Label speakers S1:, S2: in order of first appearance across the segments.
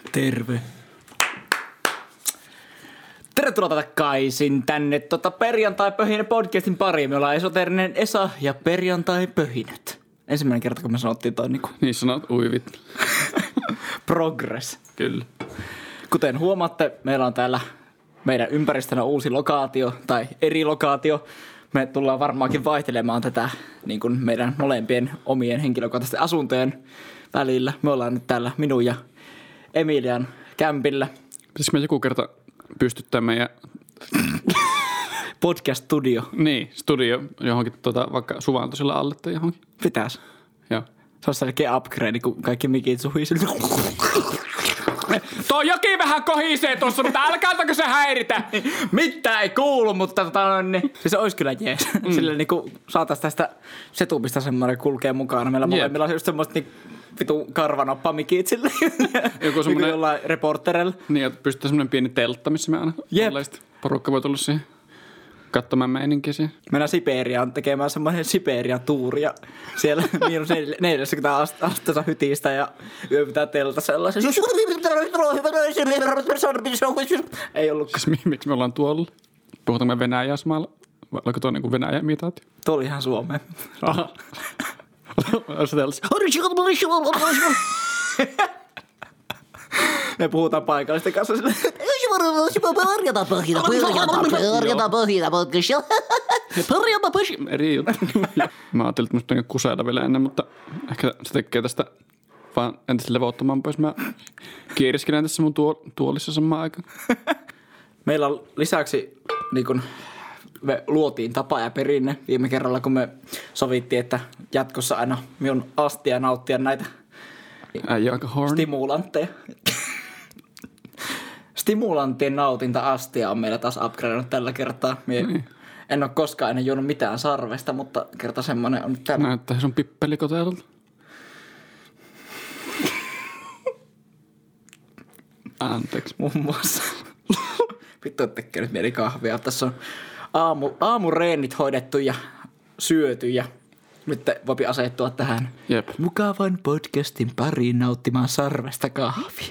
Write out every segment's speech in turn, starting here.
S1: Terve. Tervetuloa takaisin tänne Perjantai-pöhinä podcastin pariin. Me ollaan esoteerinen Esa ja Perjantai-pöhinät. Ensimmäinen kerta, kun me sanottiin toi niinku...
S2: Niin sanot, uivit.
S1: Progress.
S2: Kyllä.
S1: Kuten huomaatte, meillä on täällä meidän ympäristönä uusi lokaatio tai eri lokaatio. Me tullaan varmaankin vaihtelemaan tätä niin kuin meidän molempien omien henkilökohtaisten asuntojen välillä. Me ollaan nyt täällä minun ja Emilian kämpillä.
S2: Pitäisikö me joku kerta pystyttää meidän...
S1: Podcast-studio.
S2: Niin, studio johonkin vaikka suvantoisella alle tai johonkin.
S1: Pitäis.
S2: Joo.
S1: Se on selkeä upgrade, kun kaikki mikit suhisee.
S2: Tuo joki vähän kohisee tuossa, mutta älkäätäkö se häiritä.
S1: Mitään ei kuulu, mutta niin. Siis olisi kyllä jees. Silleen niinku saatais tästä setupista semmoinen kulkee mukana. Meillä molemmilla on just semmoista niin vitu karvanoppamikit silleen. Joku semmoinen... Niin jollain reporterilla.
S2: Niin, että pystytään semmoinen pieni teltta, missä me aina porukka voi tulla siihen katsomaan meininkiä siihen.
S1: Mennään Siperiaan tekemään semmoinen Siperian tuuri ja siellä -40 astetta hytistä ja yöpytään teltta sellaisen. Ei ollut.
S2: Siis miksi me ollaan tuolla? Puhutaanko me Venäjäsmaalla? Vai oliko tuo niinku Venäjän imitaatio?
S1: Tuo oli ihan Suomeen. Me puhutaan paikallisten kanssa silleen.
S2: Eri juttu. Mä ajattelin, että musta on kuseilla vielä ennen, mutta ehkä se tekee tästä vaan entistä levottoman pois. Mä kiiriskelen tässä mun tuolissa samaan aikaan.
S1: Meillä on lisäksi, niin kun me luotiin tapa ja perinne viime kerralla, kun me sovittiin, että jatkossa aina minun astia nauttia näitä stimulantteja. Stimulanttien nautinta-astia on meillä taas upgradeannut tällä kertaa. En ole koskaan ennen juonut mitään sarvesta, mutta kerta semmonen on nyt täällä.
S2: Näyttää, se on pippelikoteelta. Anteeksi.
S1: Muun muassa. Vittu, et tekee nyt mieli kahvia. Tässä on aamureenit hoidettu ja syöty ja nyt voipi asettua tähän mukavan podcastin pariin nauttimaan sarvesta kahvia.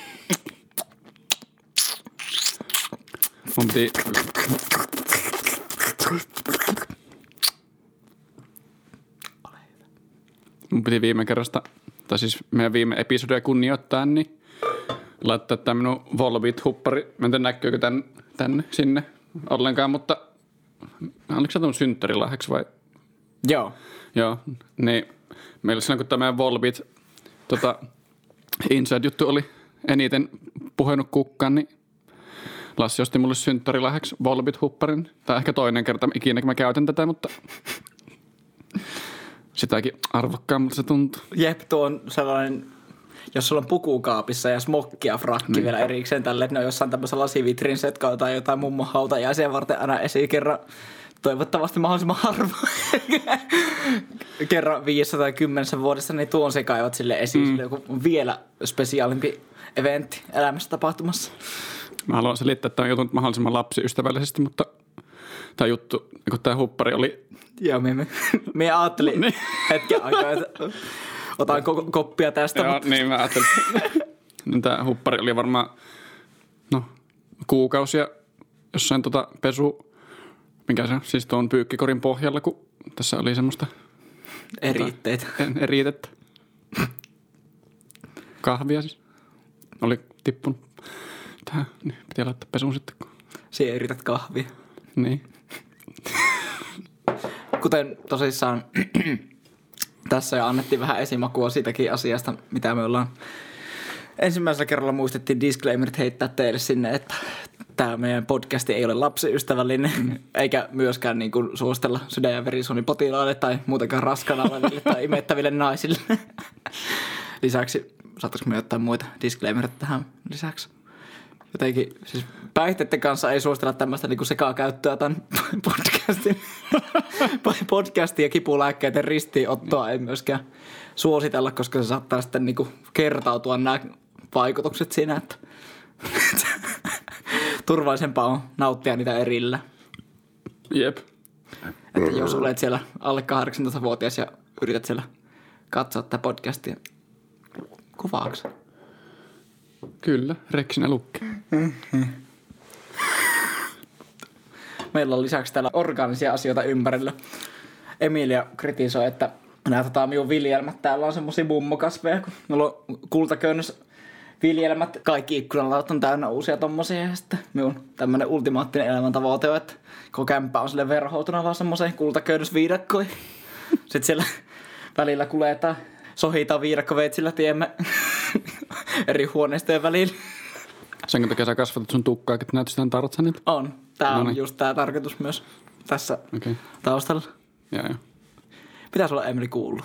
S2: Mun piti viime kerrasta, tai siis meidän viime episodia kunnioittaa, niin laittaa tämä minun Volbeat-huppari. Mä en tiedä, näkyykö tänne sinne ollenkaan, mutta oliko se tuon synttärilahjaksi vai?
S1: Joo.
S2: Joo, niin meillä silloin kun tämä Volbeat Inside-juttu oli eniten puhunut kukkaan, niin Lassi osti mulle synttärilahjaksi Volbeat-hupparin. Tai ehkä toinen kerta ikinä, kun mä käytän tätä, mutta sitäkin arvokkaammalta se tuntuu.
S1: Jep, tuo on sellainen, jos sulla on pukukaapissa ja smokki ja frakki vielä erikseen tälle, että ne on jossain tämmöisellä lasivitriinsetka tai jotain mummon hautajaisia varten aina esiin kerran. Toivottavasti mahdollisimman harvoin. Kerran 5 tai 10 vuodessa, niin tuon se kaivat sille esiin. Joku vielä spesiaalimpi eventti elämässä tapahtumassa.
S2: Mä haluan selittää tämän jutun mahdollisimman lapsiystävällisesti, mutta tämä juttu, kun tämä huppari oli...
S1: Joo, minä ajattelin hetken aikaa, että otan koppia tästä.
S2: Joo, mutta... niin mä ajattelin. Tämä huppari oli varmaan kuukausia jossain mikä se on, siis tuon pyykkikorin pohjalla, kun tässä oli semmoista... Eritettä. Kahvia siis. Oli tippunut tähän, niin piti laittaa pesuun sitten.
S1: Siihen erität kahvia.
S2: Niin.
S1: Kuten tosissaan tässä jo annettiin vähän esimakua siitäkin asiasta, mitä me ollaan ensimmäisellä kerralla muistettiin disclaimerit heittää teille sinne, että tämä meidän podcasti ei ole lapsiystävällinen, eikä myöskään niin kuin suostella sydän- ja verisuonipotilaille tai muutenkaan raskaana oleville tai imettäville naisille. Lisäksi, saataisiko me jotain muita disclaimerit tähän lisäksi? Jotenkin, siis päihteiden kanssa ei suostella tämmöistä niinku sekakäyttöä tämän podcastin ja kipulääkkeiden ristiinottoa ei myöskään suositella, koska se saattaa sitten niinku kertautua nämä vaikutukset siinä, että turvallisempaa on nauttia niitä erillä.
S2: Jep.
S1: Että jos olet siellä alle 18-vuotias ja yrität siellä katsoa tätä podcastia, kuvaaks?
S2: Kyllä, Reksinä lukki.
S1: Meillä on lisäksi täällä orgaanisia asioita ympärillä. Emilia kritisoi, että nämä minun viljelmät täällä on semmosia mummokasveja, kun meillä on kultaköynnös viljelmät. Kaikki ikkunalat on täynnä uusia tommosia. Ja sitten minun tämmönen ultimaattinen elämäntavoite on, että koko kämppä on sille verhoutuna vaan semmoseen kultaköynnösviidakkoihin. Sitten siellä välillä kuljetaan, sohitaan viidakkoveitsillä tiemme eri huoneistojen välillä.
S2: Sen takia sä kasvatat sun tukkaa, että näyttäisi tämän Tarzanilta?
S1: On. Tää on just tää tarkoitus myös tässä taustalla.
S2: Joo.
S1: Pitäis olla Emily kuullut.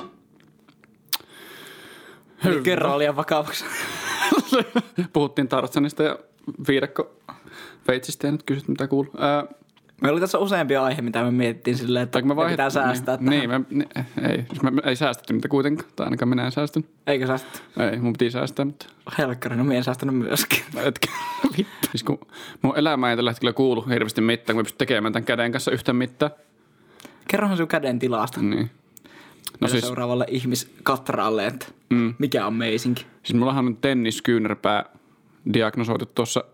S1: Kerran liian vakavaksi.
S2: Puhuttiin Tarzanista ja viidakkoveitsistä ja nyt kysyt mitä kuuluu.
S1: Meillä oli tässä useampia aihe, mitä me mietittiin silleen, että me pitää säästää
S2: niin, tähän. Ei säästetty niitä kuitenkaan. Tai ainakaan minä en säästänyt.
S1: Eikö säästetty?
S2: Ei, mun piti säästää, mutta...
S1: Helkkari, no minä en säästänyt myöskin.
S2: Etkä, vittu. Siis kun mun elämä ei tällä hetkellä kuulu hirveästi mitään, kun mä pystyn tekemään tämän käden kanssa yhtään mitään.
S1: Kerrohan sun käden tilasta.
S2: Niin.
S1: No siis... seuraavalle ihmiskatraalle, että mikä on meisinkin. Siis
S2: mullahan on tenniskyynärpää diagnosoitu tuossa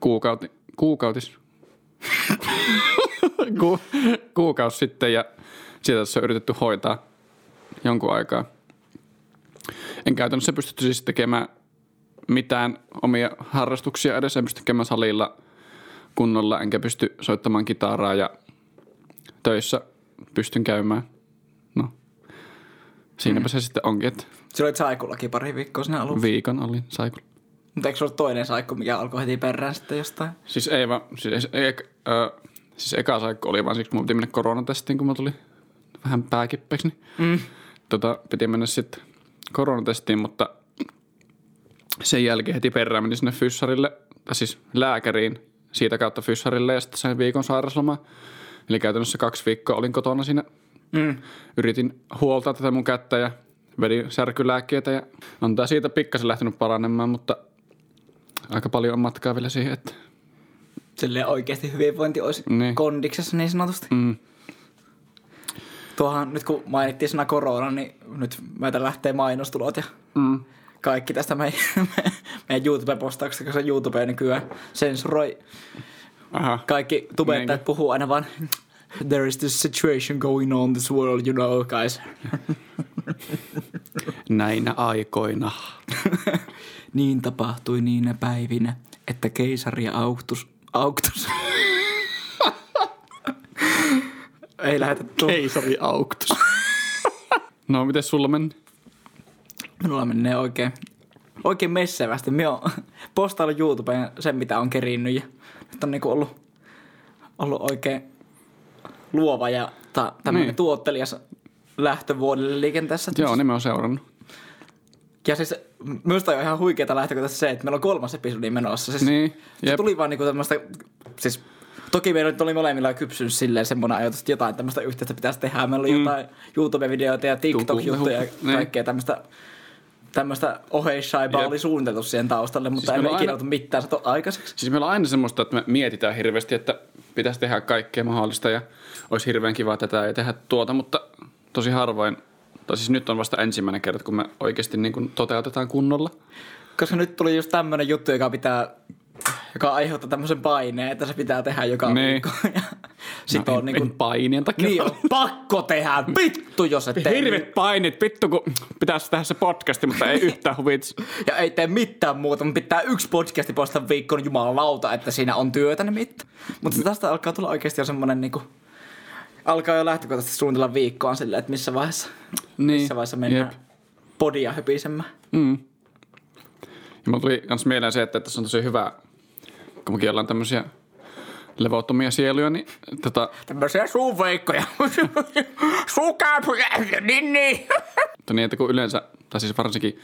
S2: kuukausi sitten ja sitä tässä on yritetty hoitaa jonkun aikaa. En käytännössä pystytty siis tekemään mitään omia harrastuksia edes. En pysty tekemään salilla kunnolla, enkä pysty soittamaan kitaraa ja töissä pystyn käymään. No, siinäpä se sitten onkin, että...
S1: Sä olit saikullakin pari viikkoa sinä alussa.
S2: Viikon olin saikulla.
S1: Mutta eikö se ollut toinen saikku, mikä alkoi heti perään sitten jostain?
S2: Siis ei vaan, siis eka saikku oli vaan siksi, kun mun piti mennä koronatestiin, kun mä tuli vähän pääkippeeksi. Niin piti mennä sitten koronatestiin, mutta sen jälkeen heti perään menin sinne fyssarille, tai siis lääkäriin, siitä kautta fyssarille ja sitten sain viikon sairaslomaa. Eli käytännössä 2 viikkoa olin kotona siinä. Yritin huoltaa tätä mun kättä ja vedin särkylääkkeitä ja on tää siitä pikkasen lähtenyt paranemaan, mutta aika paljon on matkaa vielä siihen, että...
S1: Silleen oikeasti hyvinvointi olisi kondiksessa niin sanotusti. Tuohan nyt kun mainittiin sana korona, niin nyt meitä lähtee mainostulot ja kaikki tästä meidän YouTube-postauksesta, koska YouTube nykyään sensuroi.
S2: Aha.
S1: Kaikki tubettajat puhuu aina vaan there is this situation going on in this world, you know, guys.
S2: Näinä aikoina.
S1: Niin tapahtui niinä päivinä, että keisari auktus. Ei lähetä
S2: keisari auktus. No, miten sulla meni?
S1: Minulla menee oikein messevästi. Minä oon postaillut YouTubeen sen, mitä on kerinnyt ja nyt on niinku ollut oikein luova ja tämmöinen tuottelias lähtövuodelle liikenteessä.
S2: Joo, niin mä oon seurannut.
S1: Ja siis minusta on ihan huikeeta lähtökohtaisesti se, että meillä on 3. episodi menossa. Siis
S2: niin,
S1: se tuli vaan niinku tämmöistä, siis toki meillä nyt oli molemmilla kypsynyt silleen semmoinen ajatus, että jotain tämmöistä yhteistä pitäisi tehdä. Meillä oli jotain YouTube-videoita ja TikTok-juttuja ja kaikkea tämmöistä oheissaibaa oli suunniteltu siihen taustalle, mutta siis ei ikinä ollut mitään saatu aikaiseksi.
S2: Siis meillä on aina semmoista, että me mietitään hirveästi, että pitäisi tehdä kaikkea mahdollista ja olisi hirveän kiva tätä ja tehdä tuota, mutta tosi harvoin, tai siis nyt on vasta ensimmäinen kerta, kun me oikeasti niin kuin toteutetaan kunnolla.
S1: Koska nyt tuli just tämmöinen juttu, joka aiheuttaa tämmöisen paineen, että se pitää tehdä joka viikko. Sitten on niinku
S2: paineen takia.
S1: Niin on pakko tehdä. Vittu, jos et tee.
S2: Hirvet painit. Vittu, kun pitäisi tehdä se podcasti, mutta ei yhtään huvitsi.
S1: Ja ei tee mitään muuta. Mun pitää 1 podcasti postata viikkoon, jumalauta, että siinä on työtä nimittäin. Mutta tästä alkaa tulla oikeasti jo semmonen niinku... Alkaa jo lähtökohtaisesti suunnitella viikkoon silleen, että missä vaiheessa mennään podia höpisemään.
S2: Ja mulla tuli kans mieleen se, että tässä on tosi hyvä, kun mekin ollaan tämmösiä levottomia sieluja, niin
S1: tämmösiä suuveikkoja. Suukäpyjä, niin.
S2: Niin, että kun yleensä, tai siis varsinkin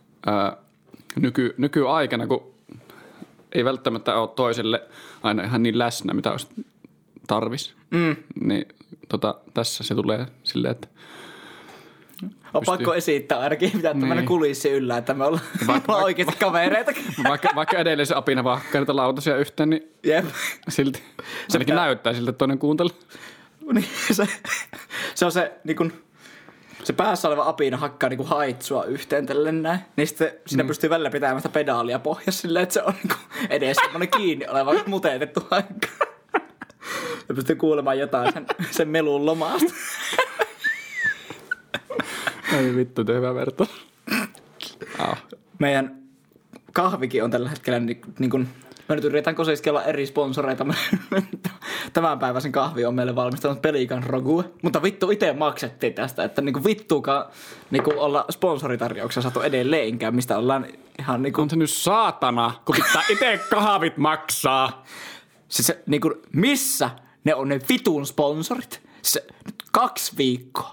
S2: nykyaikana, kun ei välttämättä ole toiselle aina ihan niin läsnä, mitä olisi tarvis, niin tässä se tulee silleen, että
S1: on pakko esittää ainakin pitää tämmöinen kulissi yllä, että me ollaan oikeasti kavereita.
S2: Vaikka edelleen se apina vahkaa niitä lautasia yhteen, niin silti se ainakin näyttää siltä, että toinen kuuntelee.
S1: Niin, se on se niin kuin se päässä oleva apina hakkaa niinku haitsua yhteen tälleen näin. Niin sitten siinä pystyy välillä pitämään sitä pedaalia pohjassa silleen, että se on niinku edes semmonen kiinni oleva muteetettu hankka. Ja pystyy kuulemaan jotain sen melun lomasta.
S2: Ei vittu, te hyvä verta.
S1: Meidän kahvikin on tällä hetkellä niin kuin, me nyt yritetään kosiskin olla eri sponsoreita. Tämänpäiväisen kahvi on meille valmistanut Pelikan Rogue. Mutta vittu itse maksettiin tästä, että niinku vittuukaan niinku olla sponsoritarjouksia saatu edelleenkään, mistä ollaan ihan niinku...
S2: On se nyt saatana, kun pitää itse kahvit maksaa.
S1: Se niinku, missä ne on ne vitun sponsorit? Se nyt 2 viikkoa.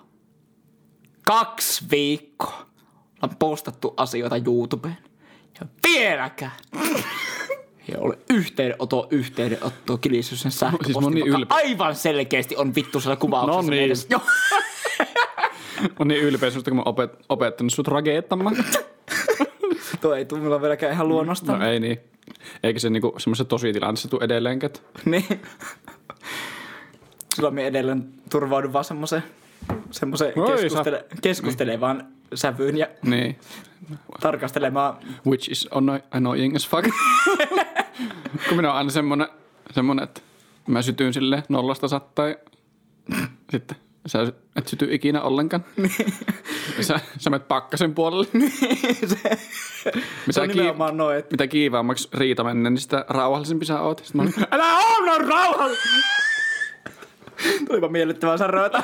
S1: 2 viikkoa. Ollaan postattu asioita YouTubeen. Ja vieläkään. Ja ole yhteydenottoa kilissy sen sähköpostin,
S2: siis
S1: vaikka aivan selkeästi on vittu siellä kuvauksessa.
S2: No niin.
S1: Joo.
S2: On niin ylpeä susta, kun mä oon opettanut sut rakeettamaan.
S1: Tuo ei tule mulla vieläkään ihan luonnosta.
S2: No ei niin. Eikä se niinku semmoisessa tositilanteessa tule edelleenkään.
S1: Niin. Silloin minä edelleen turvaudun vaan semmoiseen keskustelevaan sävyyn ja
S2: niin.
S1: Tarkastelemaan.
S2: Which is annoying as fuck. Kun minä on aina semmonen, että mä sytyin silleen 0-100 ja sitten sä et syty ikinä ollenkaan. Sä menet pakkasen puolelle.
S1: Se on nimenomaan noin.
S2: Mitä kiivaammaksi riita mennä, niin sitä rauhallisempi sä oot. Sitten mä olin, älä olla rauhallinen!
S1: Tulipa miellyttävää sanoita.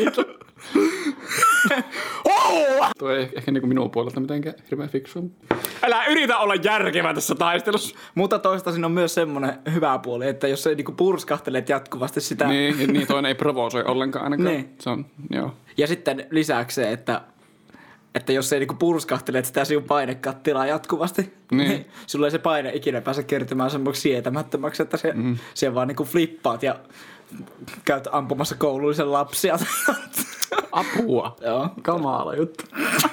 S2: Tuo ei ehkä niinku minun puolelta mitenkään hirveän fiksua. Älä yritä olla järkevä tässä taistelussa.
S1: Mutta toista siinä on myös semmoinen hyvä puoli, että jos sä niinku purskahtelet jatkuvasti sitä...
S2: Niin toinen ei provosoi ollenkaan ainakaan.
S1: Niin.
S2: Se on, joo.
S1: Ja sitten lisäksi se, että jos ei niinku purskahtelet sitä sinun painekattilaa jatkuvasti, niin sulla ei se paine ikinä pääse kertymään semmoiksi sietämättömäksi, että siellä vaan niinku flippaat ja käyt ampumassa koulullisen lapsia.
S2: Apua.
S1: Joo.
S2: Kamala juttu.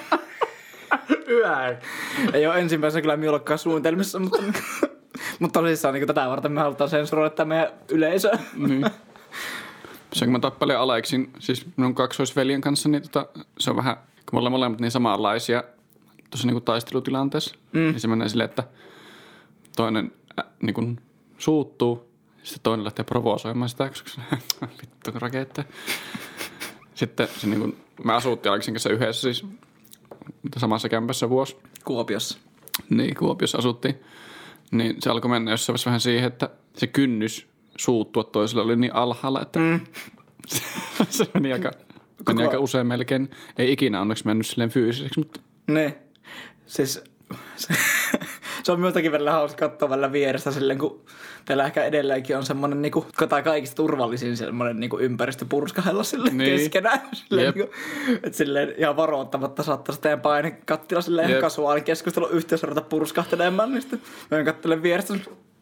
S1: Ei ole ensimmäisenä kyllä minullakaan suunnitelmissa, mutta tosissaan niin tätä varten me halutaan sensuroida tämä meidän yleisö.
S2: Niin. Se kun mä tappelin Aleksin, siis minun kaksoisveljen kanssa, niin se on vähän, kun me ollaan molemmat niin samanlaisia tuossa niin taistelutilanteessa, niin se menee silleen, että toinen niin kuin suuttuu, sitten toinen lähtee provosoimaan sitä, koska vittu raketteja. Sitten se niin kuin, me asuttiin Aleksin kanssa yhdessä siis samassa kämpässä vuosi.
S1: Kuopiossa.
S2: Niin, Kuopiossa asuttiin. Niin se alkoi mennä jossain vaiheessa vähän siihen, että se kynnys suuttua toiselle oli niin alhaalla, että se meni aika usein melkein. Ei ikinä onneksi mennyt silleen fyysiseksi, mutta...
S1: Niin. Siis se on myöskin välillä hauska katsoa välillä vierestä silleen, kun teillä ehkä edelleenkin on semmoinen niinku, kaikista turvallisin semmoinen niinku ympäristö purskahella silleen keskenään. Silleen, niinku, että silleen ihan varoittamatta saattaisi teidän painekattila silleen ihan kasuaalin keskustelun yhteydessä ruveta purskahtelemaan, niin sitten mä katselen vierestä.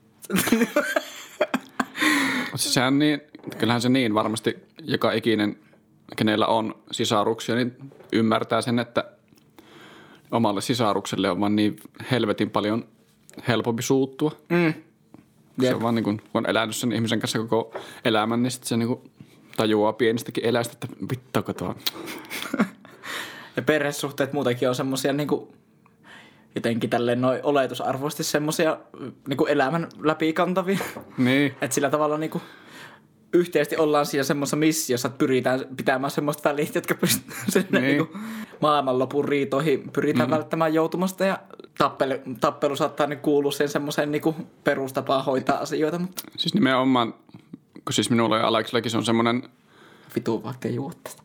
S2: Siis sehän niin, kyllähän se niin varmasti joka ikinen, kenellä on sisaruksia, niin ymmärtää sen, että omalle sisarukselle on vaan niin helvetin paljon helpompi suuttua. Se on vaan niin kuin, kun on elänyt sen ihmisen kanssa koko elämän, niin sitten se niin kuin tajuaa pienistäkin eläistä, että vittuako tuo.
S1: Ja perhesuhteet muutenkin on semmosia niinku jotenkin tälleen noin oletusarvoisesti semmosia niinku elämän läpikantavia. Niin. Että sillä tavalla niinku yhteisesti ollaan siinä semmoisessa missiossa, että pyritään pitämään semmoista väliä, jotka pystyy sinne niinku maailmanlopun riitoihin pyritään välttämään joutumasta ja tappelu saattaa niin kuulua siihen semmoiseen niinku perustapaan hoitaa asioita. Mutta...
S2: Siis nimenomaan, kun siis minulla ja Aleksellakin se on semmoinen...
S1: Vitu vaikka juotteesta.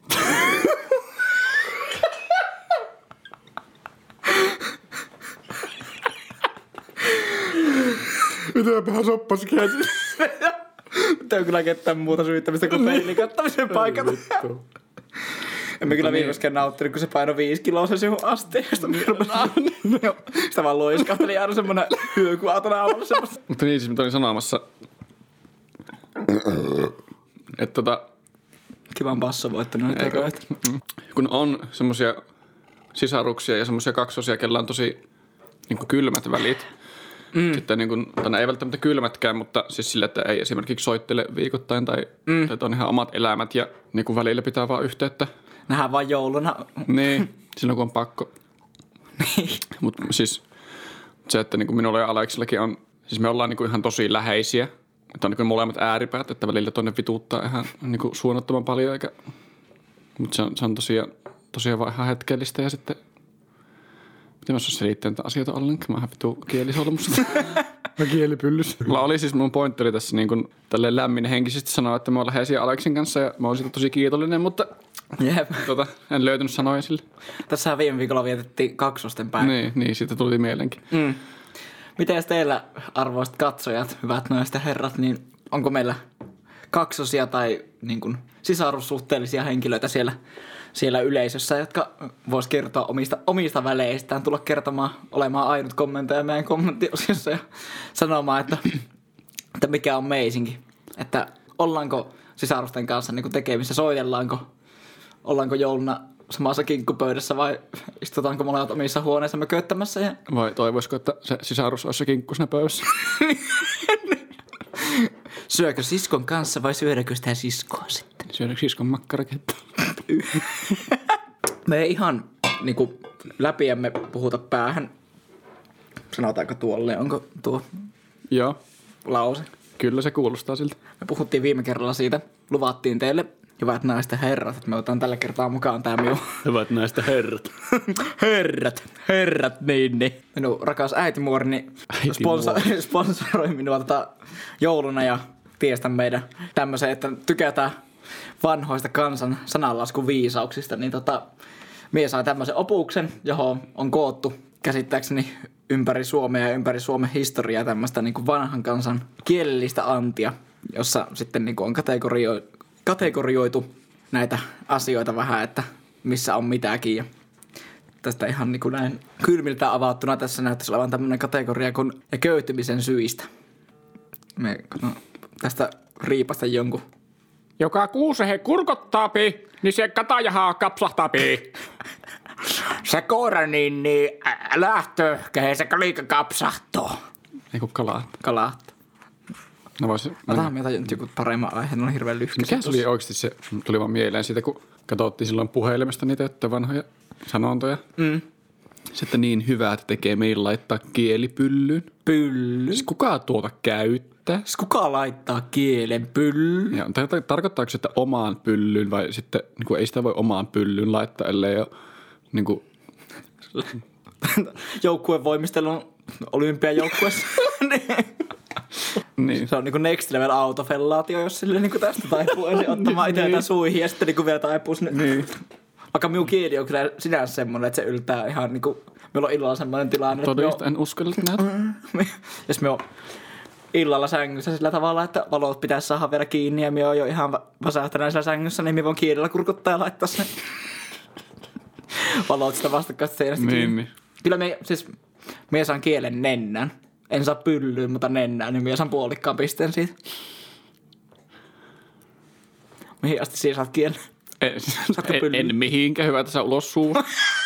S2: Mitäpähän soppasikin heti.
S1: Pitää kyllä ketään muuta syyttämistä kuin peilin kattamisen paikat. Emme kyllä viimeskään nauttinut, kun se paino 5 kiloa se sinun asteesta. Sitä vaan loiskahteli aina semmoinen hyökyauton aavalla semmoista.
S2: Mutta niin, siis mä olin sanomassa, että
S1: Kivan basso voittanut.
S2: Kun on semmoisia sisaruksia ja semmoisia kaksosia, kellä on tosi niin kuin kylmät välit. Sitten niin kuin, tai ei välttämättä kylmätkään, mutta siis sille, että ei esimerkiksi soittele viikoittain tai että on ihan omat elämät ja niin kuin välillä pitää vaan yhteyttä
S1: nähdään vain jouluna.
S2: Niin, silloin kun on pakko. Mutta siis se, että niinku minulla ja Aleksellakin on, siis me ollaan niinku ihan tosi läheisiä. Että on niinku molemmat ääripäät, että välillä toinen vituuttaa ihan niinku suunnattoman paljon. Mutta se on tosiaan vaan ihan hetkellistä ja sitten miten mä oon selittää näitä asioita ollenkaan? Mä oon ihan vitu kielisolmusta.
S3: Mä kielipyllys.
S2: Mulla oli siis mun pointteri tässä niin kuin tälleen lämmin henkisesti sanoa, että mä oon läheisiä Aleksin kanssa ja mä oon siitä tosi kiitollinen, mutta en löytynyt sanoja sille.
S1: Tässä viime viikolla vietettiin kaksosten päivä.
S2: Niin, siitä tuli mielenkin.
S1: Miten teillä arvoiset katsojat, hyvät naiset ja herrat, niin onko meillä kaksosia tai niin kuin sisarussuhteellisia henkilöitä siellä yleisössä, jotka vois kertoa omista väleistään, tulla kertomaan, olemaan ainut kommentoija meidän kommenttiosiossa ja sanomaan, että mikä on meisinkin. Että ollaanko sisarusten kanssa niin kuin tekemissä, ollaanko jouluna samassa kinkkupöydässä vai istutaanko molemmat omissa huoneissa mököttämässä. Ja...
S2: Vai toivoisiko, että se sisarus olisi se kinkku siinä pöydässä?
S1: Syökö siskon kanssa vai syödäkö sitä siskoa sitten?
S2: Syödäkö siskon makkaraketta?
S1: Me ei ihan niinku läpiämme puhuta päähän. Sanotaanko tuolle, onko tuo
S2: Joo.
S1: lause?
S2: Kyllä se kuulostaa siltä.
S1: Me puhuttiin viime kerralla siitä, luvattiin teille, hyvät naiset ja herrat, että me otan tällä kertaa mukaan tää minun...
S2: Hyvät näistä herrat.
S1: herrat, niin. Minun rakas äitimuorini sponsoroi minua jouluna ja tiestän meidän tämmöisen, että tykätään vanhoista kansan sananlaskuviisauksista, niin mie sain tämmöisen opuksen, johon on koottu käsittääkseni ympäri Suomea ja ympäri Suomen historiaa tämmöistä niin kuin vanhan kansan kielellistä antia, jossa sitten niin kuin on kategorioitu näitä asioita vähän, että missä on mitäkin. Ja tästä ihan niin kuin näin kylmiltä avattuna tässä näyttäisi olevan tämmöinen kategoria kuin ja köyhtymisen syistä. Me tästä riipasta jonkun.
S3: Joka kuusi he kurkottaapi, niin se katajahaa kapsahtaapi. Se koira niin lähtö, kehen se liika kapsahtoo.
S2: Ei kun kalaa.
S1: Kalahtaa.
S2: No voisi...
S1: Otahan me tajun joku paremman aiheen, on hirveän lyhkä.
S2: Mikä se oli oikeasti se, tuli vaan mieleen siitä, kun katsottiin silloin puhelimesta niitä vanhoja sanontoja. Sitten niin hyvää, että tekee meillä laittaa kielipyllyyn.
S1: Pylly?
S2: Siis kuka tuota käyttää?
S1: Siis kuka laittaa kielen pyllyyn?
S2: Ja tarkoittaako se, että omaan pyllyyn vai sitten niin kuin ei sitä voi omaan pyllyyn laittaa, ellei ole niin kuin...
S1: Joukkueen voimistelun olympiajoukkuessa.
S2: Niin.
S1: Se on niinku next level autofellaatio, jos sille niinku tästä taipuu ensin ottamaan itseltään suihin ja sitten niinku vielä taipuu sinne. Niin. Vaikka minun kieli on kyllä sinänsä semmoinen, että se yltää ihan niinku, meillä on illalla semmoinen tilanne.
S2: Todista, en uskalla näitä.
S1: Jos me on illalla sängyssä sillä tavalla, että valot pitäisi saada vielä kiinni ja me on jo ihan väsähtäneen siellä sängyssä, niin me voin kielellä kurkuttaa ja laittaa sen valot sitä vastakkaista seinästä kiinni.
S2: Niin.
S1: Kyllä me saan kielen nennän. En saa pyllyyn, mutta nennään, niin minä saan puolikkaan pisteen siitä. Mihin asti siinä saat kielen?
S2: En mihinkään, hyvä, että sä ulos suun.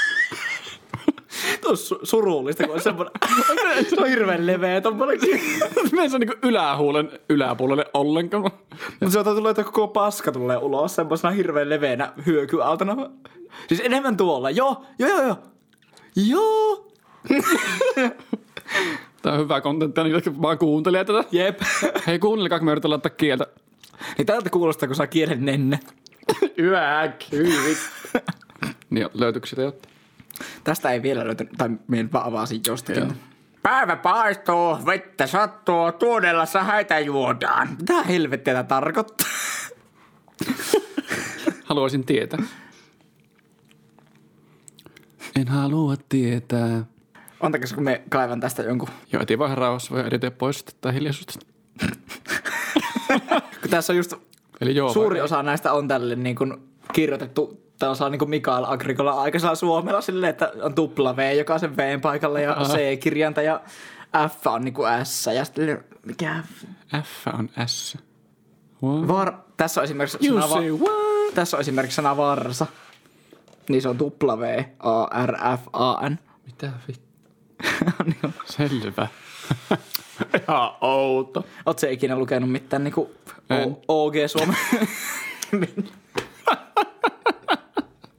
S1: Tuo on surullista, kun on semmoinen... Se on hirveän leveä tommoinen.
S2: Me ei saa niinku ylähuulen yläpuolelle ollenkaan.
S1: Mutta se tulee, että koko paska tulee ulos semmoisena hirveän leveänä hyökyaltana. Siis enemmän tuolla. Joo.
S2: Tää on hyvä kontenttia, niin jotka vaan kuuntelee tätä.
S1: Jep.
S2: Hei, kuunnelkaa, kun me yritetään laittaa kieltä.
S1: Niin tältä kuulostaa, kun saa kielen nenne.
S2: Hyvit. Niin, löytyykö sitä jotain?
S1: Tästä ei vielä löyty, tai minä vaan avasin jostakin.
S2: Joo.
S3: Päivä paistuu, vettä sattuu, tuonellassa häitä juodaan.
S1: Mitä helvettiä tämä tarkoittaa?
S2: Haluaisin tietää. En halua tietää.
S1: Antakas, kun me kaivan tästä jonkun.
S2: Joo, etin vähän rauhassa, voi editoa pois tätä hiljaisuutta.
S1: Kun tässä on just
S2: Eli joo,
S1: suuri osa näistä on tälle niin kuin kirjoitettu tällaisella niin kuin Mikael Agricola aikaisella suomella silleen, että on tupla V jokaisen V:n paikalla ja C-kirjainta ja F on niin kuin S ja sitten mikä
S2: F on S.
S1: Tässä on esimerkiksi sana varsa. Niin se on tupla V, A, R, F, A, N.
S2: Mitä vittu? Selvä. Ihan outo.
S1: Oot se ikinä lukenut mitään niinku OG Suomen?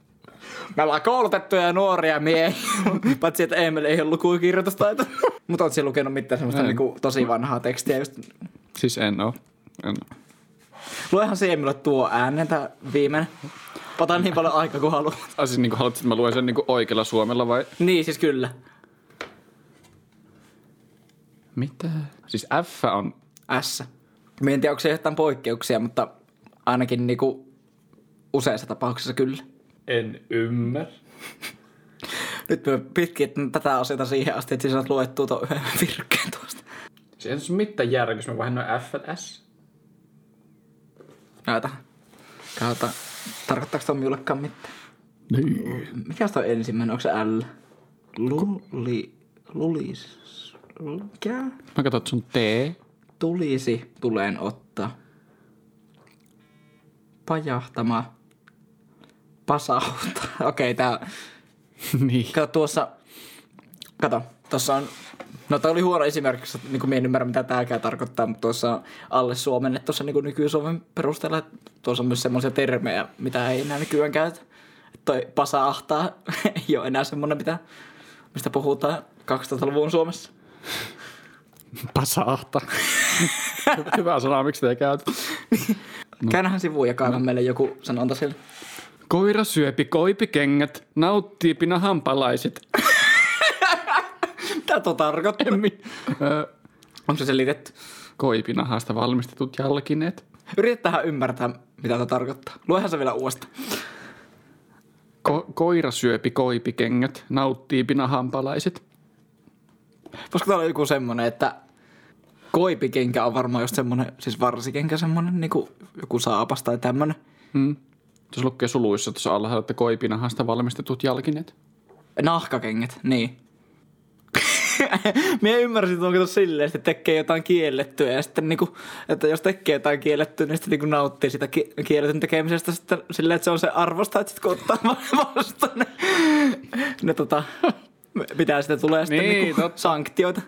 S1: Me ollaan koulutettuja nuoria miehiä. Paitsi, että Emil ei ole luku- ja kirjoitustaito. Mutta oot siellä lukenut mitään semmoista niinku tosi vanhaa tekstiä just.
S2: Siis en oo.
S1: Luehan se Emil tuo äänen tää viimeinen. Ota niin paljon aikaa kuin haluat.
S2: Siis niinku haluatko, että mä luen sen niinku oikealla suomella vai?
S1: Niin, siis kyllä.
S2: Mitä? Siis F on...
S1: S. Mä en tiedä, onko se jotain poikkeuksia, mutta ainakin niinku useissa tapauksissa kyllä.
S2: En ymmärrä.
S1: Nyt mä pitkin tätä asiaa siihen asti, että sä saat luettua tuon yhden virkkeen tuosta.
S2: Se ei ole mitään järkeä, jos mä vaihdan noin F ja S.
S1: Näytä. Kautta. Tarkoittaako tuon minullekaan mitään?
S2: Niin.
S1: Mikäs toi ensimmäinen? Onko se L? Lulis. Mikä?
S2: Mä katson sun T.
S1: Tulisi tuleen ottaa. Pajahtama. Pasauta. Okei, tää...
S2: Niin.
S1: Kato tuossa... Kato, tossa on... No tää oli huono esimerkki, koska niin mä en ymmärrä mitä tääkään tarkoittaa, mutta tuossa on alle suomennettu tuossa niin nyky-Suomen perusteella, että tuossa on myös semmoisia termejä, mitä ei enää nykyään käytä. Että toi pasa-ahtaa ei ole enää semmoinen, mistä puhutaan 2000-luvun Suomessa.
S2: Pasa-ahta. Hyvä sana, miksi te ei käytä?
S1: No. Käännähän sivuun ja kaivan meille joku sanonta siellä.
S2: Koira syöpi koipikengät, nauttii pinahampalaiset.
S1: Mitä tuo tarkoittaa? Onko se selitetty?
S2: Koipinahasta valmistetut jalkineet.
S1: Yritetään ymmärtää, mitä tuo tarkoittaa. Luehan se vielä uudestaan.
S2: Koira syöpi koipikengät, nauttii pinahampalaiset.
S1: Voisiko täällä olla joku semmonen, että koipikenkä on varmaan just semmonen, siis varsikenkä semmonen, niinku joku saapas tai tämmönen.
S2: Tuossa lukee suluissa tuossa alhaalla, että koipinahasta valmistetut jalkineet.
S1: Nahkakengät, niin. Minä ymmärsin, että onko tuossa silleen, että tekee jotain kiellettyä ja sitten niinku, että jos tekee jotain kiellettyä, niin sitten niinku nauttii sitä kielletyn tekemisestä sitten silleen, että se on se arvosta, että sitten kun ottaa vastaan ne mitä sitten tulee sitten niinku sanktioita.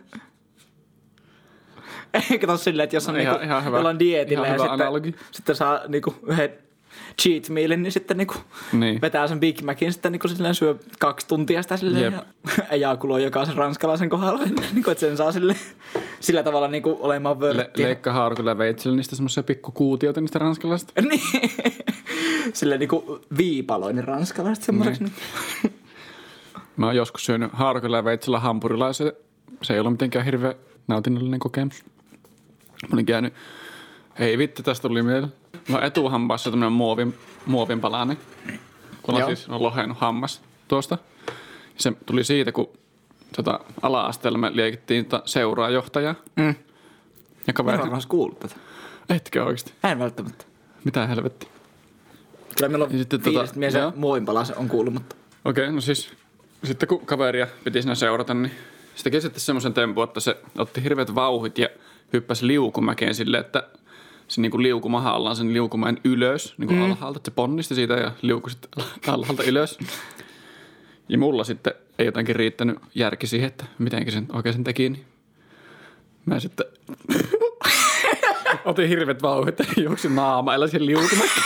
S1: Eikä tos silleen, että jos on ihan, niinku jollain dietillä ja sitten saa niinku yhden cheat mealin, niin sitten niinku vetää sen Big Macin, sitten niinku silleen syö 2 tuntia sitä silleen ja ejakuloi jokaisen ranskalaisen kohdalla, niinku että sen saa silleen sillä tavalla niinku olemaan vörttiä.
S2: Leikkaa haarukulla veitsellä niistä semmoisia pikkukuutioita niistä ranskalaisista.
S1: Niin. Silleen niinku viipaloinen ranskalaiset semmoiseksi.
S2: Mä oon joskus syönyt haarukulla veitsellä hampurilaisen. Se ei ollut mitenkään hirveän nautinnollinen kokemus. Mä olin käynyt, ei vittu, tästä tuli mieleen. Mä oon etuhampaassa tämmönen muovin palanen. Kun on siis lohennut hammas tuosta. Se tuli siitä, kun ala-asteella me liekittiin seuraajohtajaa. Ja kaveri...
S1: Mä oon kuullut tätä.
S2: Etkö oikeesti?
S1: En välttämättä.
S2: Mitä helvetti?
S1: Kyllä meillä on viidestä mies ja muovin palase on kuullut, mutta...
S2: Okei, no siis sitten kun kaveria piti siinä seurata, niin se teki sitten semmoisen tempun, että se otti hirveät vauhit ja hyppäsi liukumäkeen silleen, että se niinku liukui mahallaan sen liukumäen ylös, niinku alhaalta, että se ponnisti siitä ja liukui sitten alhaalta ylös. Ja mulla sitten ei jotenkin riittänyt järki siihen, että mitenkin sen oikein sen teki, niin mä sitten otin hirveät vauhit ja juoksin naamailla siihen liukumäkeen.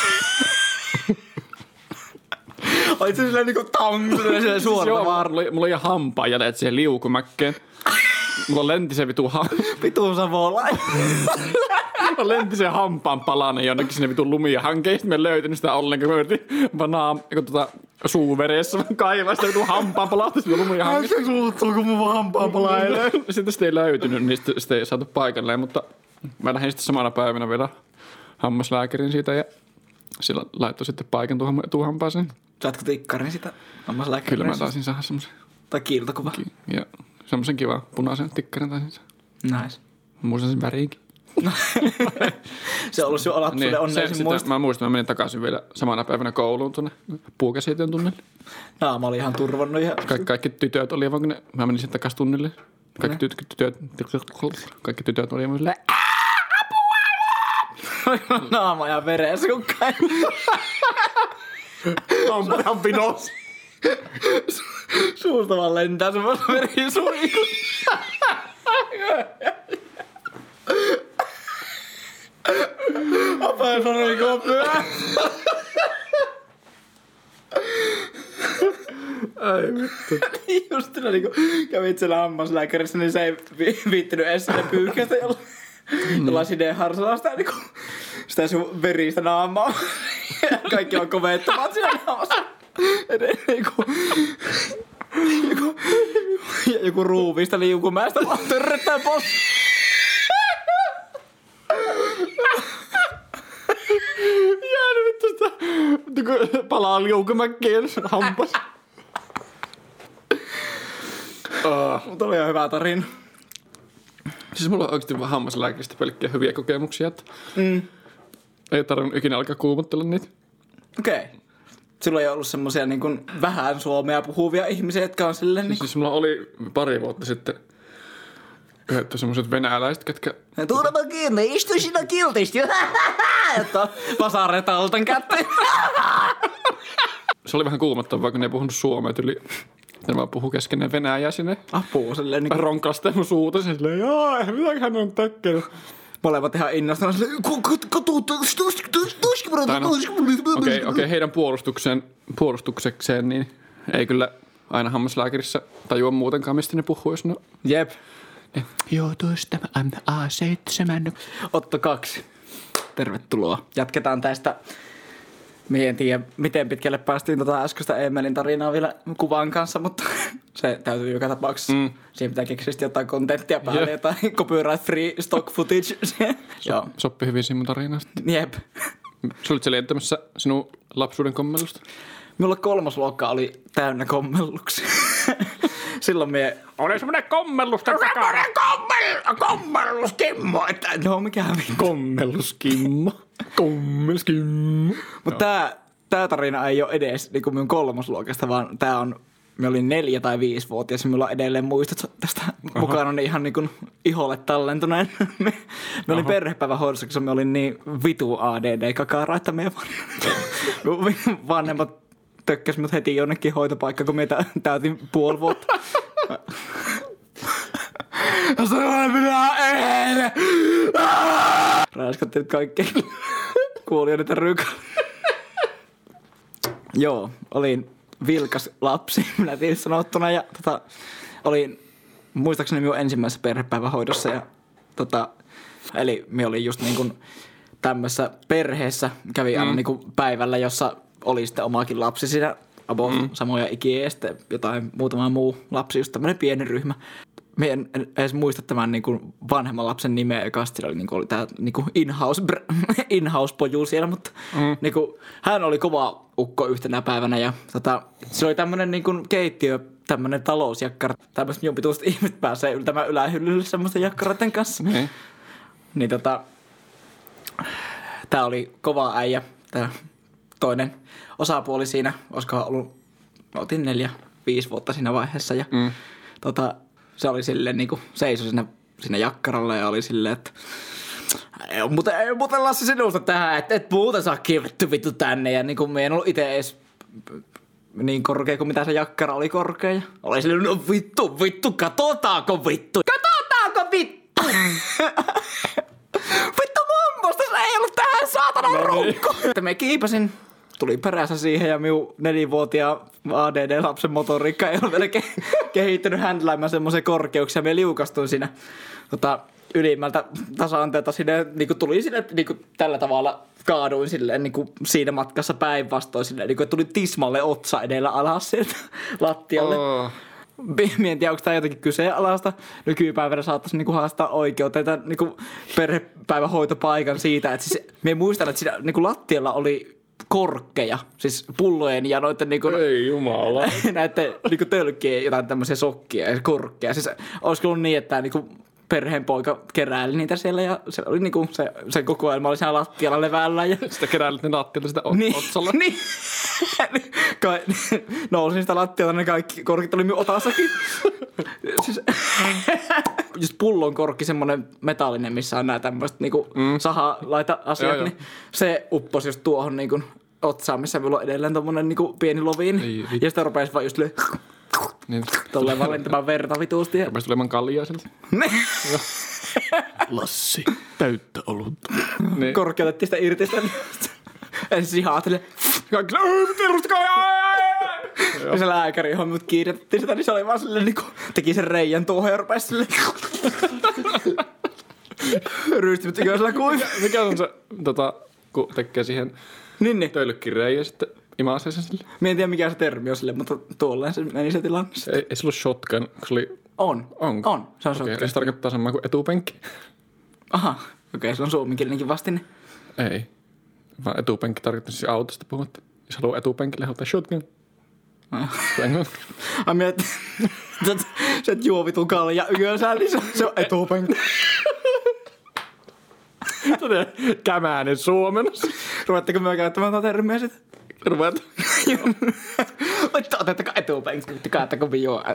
S1: Olit se silleen niinku silleen suorata vaan.
S2: Mulla oli hampaan jäljet siihen liukumäkkeen. Mulla lenti se
S1: Vitu savolain.
S2: Mulla lenti se hampaan palanen jonnekin sinne vitun lumihankeen. Sitten me löytänyt sitä ollenkaan. Mä yritin suuvereessä kaivaa sitä vitun hampaan palasta sinne lumihankeen.
S1: Se suuttuu, kun mun hampaan palailee.
S2: Sitten sitä ei löytynyt, niin sitten ei saatu paikalleen. Mutta mä lähdin sitten samana päivänä vielä hammaslääkärin siitä ja sillä laittoi sitten paikan tuohon etuhampaaseen.
S1: Saatko tikkarin sitä hammaslääkärin?
S2: Kyllä mä taisin saada semmosen.
S1: Tai kiiltokuva.
S2: Ja semmosen kiva punaisen tikkarin taisin saada.
S1: Nice.
S2: Muistan sen väriinkin.
S1: Se on ollut sun lapsuuden onneisin muista.
S2: Mä muistan, mä menin takaisin vielä samana päivänä kouluun tuonne puukäsityön tunnille.
S1: Naama oli ihan turvannut. Ja...
S2: Kaikki tytöt oli vaan, kun mä menin sen takaisin tunnille. Kaikki tytöt oli vaan silleen,
S1: apua! Naama ja vereessä, kun käy.
S2: on pinos.
S1: Suusta vaan lentää semmoista verisuihku. Apaa sanoi kopyä. Just kyllä niinku kävit siellä hammaslääkärissä, niin se ei viittinyt edes sinne pyyhkästä jollain sineen harsalasta niinku sitä sun veristä naamaa. Kaikki on kovettumat siellä naamassa. Joku ruuvista liukumäestä vaan törröttää pois.
S2: Jäänyt vittu sitä. Palaa liukumäkkeen hampas.
S1: Mutta oli ihan hyvä tarina.
S2: Siis mulla on oikeesti vaan hammaslääkistä pelkkiä hyviä kokemuksia. Että ei tarvinnut ikinä alkaa kuumottella niitä.
S1: Okei. Silloin ei ollut semmosia niin kuin vähän suomea puhuvia ihmisiä, jotka on silleen niin kuin...
S2: Siis mulla oli pari vuotta sitten yhdet semmoset venäläiset, ketkä...
S1: Tuudapa kiinni, istu sinä kiltisti. Että vasaretaltan kätteen.
S2: Se oli vähän kuumottavaa, kun ne ei puhunut suomea tyli. Ne vaan puhu keskenään venäjää sinne.
S1: Apua silleen niin kuin...
S2: Ronkasta mun suuta silleen, jaa, mitä hän on tekkenyt.
S1: Molemmat ihan innostuneet silleen,
S2: Okei, heidän puolustuksekseen, niin ei kyllä aina hammaslääkärissä tajua muutenkaan, mistä ne puhuu, jos no...
S1: Jep.
S2: Joo, tuosta A7.
S1: Otto 2. Tervetuloa. Jatketaan tästä. Mie en tiedä, miten pitkälle päästiin äskeistä Emelin tarinaa vielä kuvan kanssa, mutta se täytyy joka tapauksessa. Siihen pitää keksiä jotain kontenttia päälle, jotain copyright free stock footage.
S2: Soppi hyvin sinun tarinasta.
S1: Jep.
S2: Sä olit selittämässä sinun lapsuuden kommellusta.
S1: Minulla 3. luokka oli täynnä kommelluksia. Silloin mie...
S3: Oli semmonen kommellusten takana.
S1: Kommelluskimmo! No mikähän
S2: Kommelluskimmo.
S1: Mutta tää tarina ei ole edes niinku minun 3. luokasta, vaan tää on... Me olin 4- tai 5-vuotias ja minulla on edelleen muistot tästä mukana niin ihan niinku iholle tallentuneen. Me olin perhepäivähoidossa, koska me olin niin vitu ADD-kakara, että meidän vanhemmat tökkäs mut heti jonnekin hoitopaikkaan, kun me täytin 5 vuotta. Raiskattiin kaikki kuulijoiden ryykää. Joo, olin vilkas lapsi, nätin sanottuna, ja olin muistaakseni minun ensimmäisessä perhepäivähoidossa, ja eli minä olin just niin kuin tämmöisessä perheessä, kävi aina niin kuin päivällä, jossa oli sitten omakin lapsi siinä, samoja ikiä, ja sitten jotain muutama muu lapsi, just tämmöinen pieni ryhmä. Minä en edes muista tämän niin kuin vanhemman lapsen nimeä, joka sitten oli tämä niin kuin in-house-poju siellä, mutta niin kuin, hän oli kova ukko yhtenä päivänä ja se oli tämmöinen niin kuin keittiö, tämmöinen talousjakkara, tämmöiset minun pituiset ihmiset pääsee yltämään ylähyllylle semmoisten jakkaroiden kanssa. Niin tää oli kova äijä, tää toinen osapuoli siinä, olisikohan ollut, otin 4-5 vuotta siinä vaiheessa ja se oli silleen niinku seisoi siinä jakkaralla ja oli silleen, että ei muuten Lassi sinusta tähän, että et muuten saa kiivetty vittu tänne. Ja niinku me en ollut ite edes niin korkea kuin mitä se jakkara oli korkea. Ja oli silleen, no vittu, katsotaanko vittu. Vittu mummosta, se ei ollut tähän saatana runkko. Että me kiipasin. Tuli perässä siihen ja minun 4-vuotiaan ADD-lapsen motoriikka ei ole vielä kehittynyt händläämään semmoisia korkeuksia. Me liukastuin siinä ylimmältä tasanteelta sinne, niin tuli sinne niin tällä tavalla kaaduin silleen niin siinä matkassa päinvastoin silleen, niin tuli tismalle otsa edellä alas sieltä lattialle. Mie en tiedä, onko tämä jotenkin kyseenalaista. Nykypäivänä saattaisi niinku haastaa oikeuteen tämän niinku perhepäivähoitopaikan siitä, että siis mie muistan, että siinä niinku lattialla oli korkkeja, siis pullojen ja noiden niinku...
S2: Ei jumala.
S1: Näiden niinku tölkkien jotain tämmöisiä sokkia ja korkkeja. Siis olisiko ollut niin, että niinku perheen poika keräili niitä siellä ja se oli niinku se kokoelma oli siellä lattialla levällä. Ja...
S2: Sitä keräilit ne lattialla sitä otsalla.
S1: Niin. Nousin sitä lattialta, ne kaikki korkit oli minun otassakin. Siis, just pullon korkki, semmonen metallinen, missä on nää tämmöiset niinku sahalaita-asiat, niin se upposi just tuohon niinku otsaan, missä minulla on edelleen tommonen niinku pieni loviin. Ja sitä rupesi vaan just tolleen valentamaan verta vituusti.
S2: Rupesi tulemaan kaljaa sieltä.
S3: Lassi, täyttä olutta.
S1: Korkki otettiin sitä irti sitä. Ja siis ihan ajattelin,
S3: tervetuloa!
S1: Ja se lääkäri, johon mut kiiretettiin sitä, niin se oli vaan silleen niinku, teki sen reijän tuohon ja rupesi silleen. Ryystimät tekee sillä kuinka.
S2: Mikä on se, kun tekee siihen
S1: Niin.
S2: töllykkin reijä ja sitten imaasee sen sille?
S1: Mä en tiedä mikä se termi on sille, mutta tuolleen se meni se tilanne.
S2: Ei se ollut shotgun, kun se oli...
S1: Onko? On, se on
S2: Okei, se tarkoittaa samaa kuin etupenkki.
S1: Aha, okei, se on suomenkielinenkin vastine.
S2: Ei, vaan etupenkki tarkoittaa siis autosta puhumatta. Jos haluaa etupenkille, ottaa shotgun.
S1: Ai mietit, se et juo vitun kalja yönsä, niin se on etupenkki.
S2: Kämäinen suomennos.
S1: Ruvetteko me käyttämään tätä termiä sitten?
S2: Ruvet.
S1: Otettakaa etupenkki, kaattako me juo.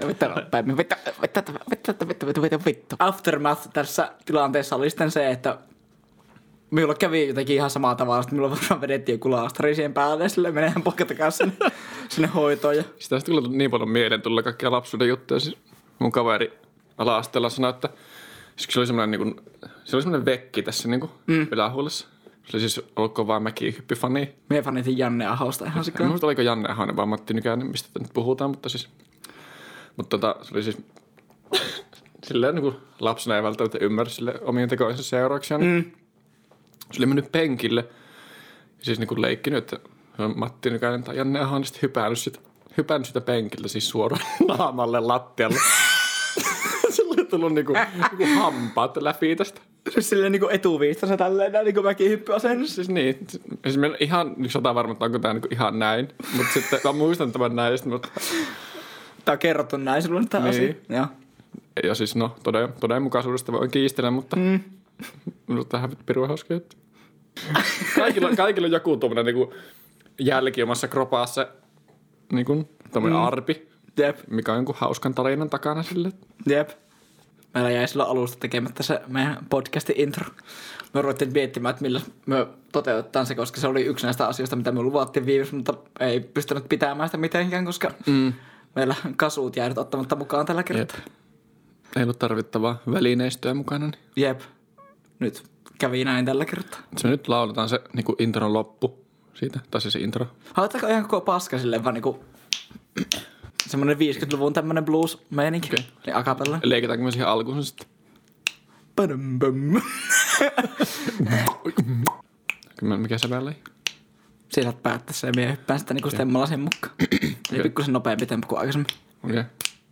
S1: Vittu. Aftermath tässä tilanteessa oli sitten se, että minulla kävi jotenkin ihan samaa tavalla, että minulla varmaan vedettiin joku laastari siihen päälle ja silleen menehän poikatakaan sinne hoitoon. Ja...
S2: Sitä sitten kyllä niin paljon mieleen tulla kaikkia lapsuuden juttuja. Siis mun kaveri ala-asteella sanoi, että se oli semmoinen vekki tässä niinku ylähuolessa. Se oli siis ollut kovaa mäkihyppifani.
S1: Mie fanitin Janne Ahosta ihan sikaan.
S2: Minusta oliko Janne Ahonen vaan Matti Nykänen, mistä nyt puhutaan, mutta siis... Mutta se oli siis... silleen niin kuin lapsena ei välttämättä ymmärrä sille omien tekojensa seurauksia. Niin se oli mennyt penkille ja siis niin kuin leikkinyt, että Matti Nykänen tai Janne Ahonen sitten hypännyt sitä penkiltä siis suoraan naamalle lattialle. Sillä oli tullut niinku hampaat läpi tästä.
S1: Siis silleen niinku etuviistossa tälleen näin niinku mäkihyppyasennossa.
S2: Siis niin. Siis mä en ihan niin varma, että onko tää niinku ihan näin. Mutta sitten mä muistan tämän näin. Mutta...
S1: Tää on kerrottu näin silloin tää asia. Joo.
S2: Ja siis no todenmukaisuudesta voin kiistellä, mutta minusta tähän pirua hauska juttu. Kaikilla on joku tuommoinen niinku jälki omassa kropassa. Niinku tommoinen arpi.
S1: Jep.
S2: Mikä on jonkun hauskan tarinan takana sille.
S1: Jep. Meillä jäi silloin alusta tekemättä se meidän podcastin intro. Me ruvettiin miettimään, että millä me toteutetaan se, koska se oli yksi näistä asioista, mitä me luvattiin viimeksi, mutta ei pystynyt pitämään sitä mitenkään, koska meillä kasut jäivät ottamatta mukaan tällä kertaa.
S2: Jep. Ei ollut tarvittavaa välineistöä mukana. Niin.
S1: Jep. Nyt kävi näin tällä kertaa.
S2: Se me nyt lauletaan se niinku intron loppu siitä, tai se intro.
S1: Haluatteko ihan koko paska silleen vaan niinku... Semmoinen 50-luvun tämmönen blues-meininki. Okay. Niin akapella.
S2: Leikitäänkö me siihen alkuun sitten?
S1: Badum-bum.
S2: Mikä se väliin?
S1: Siinä saat päättää se ja mie hyppään sitä niinku stemmalla sen mukaan. Eli pikkusen nopeampi tempo kuin aikaisemmin.
S2: Okei.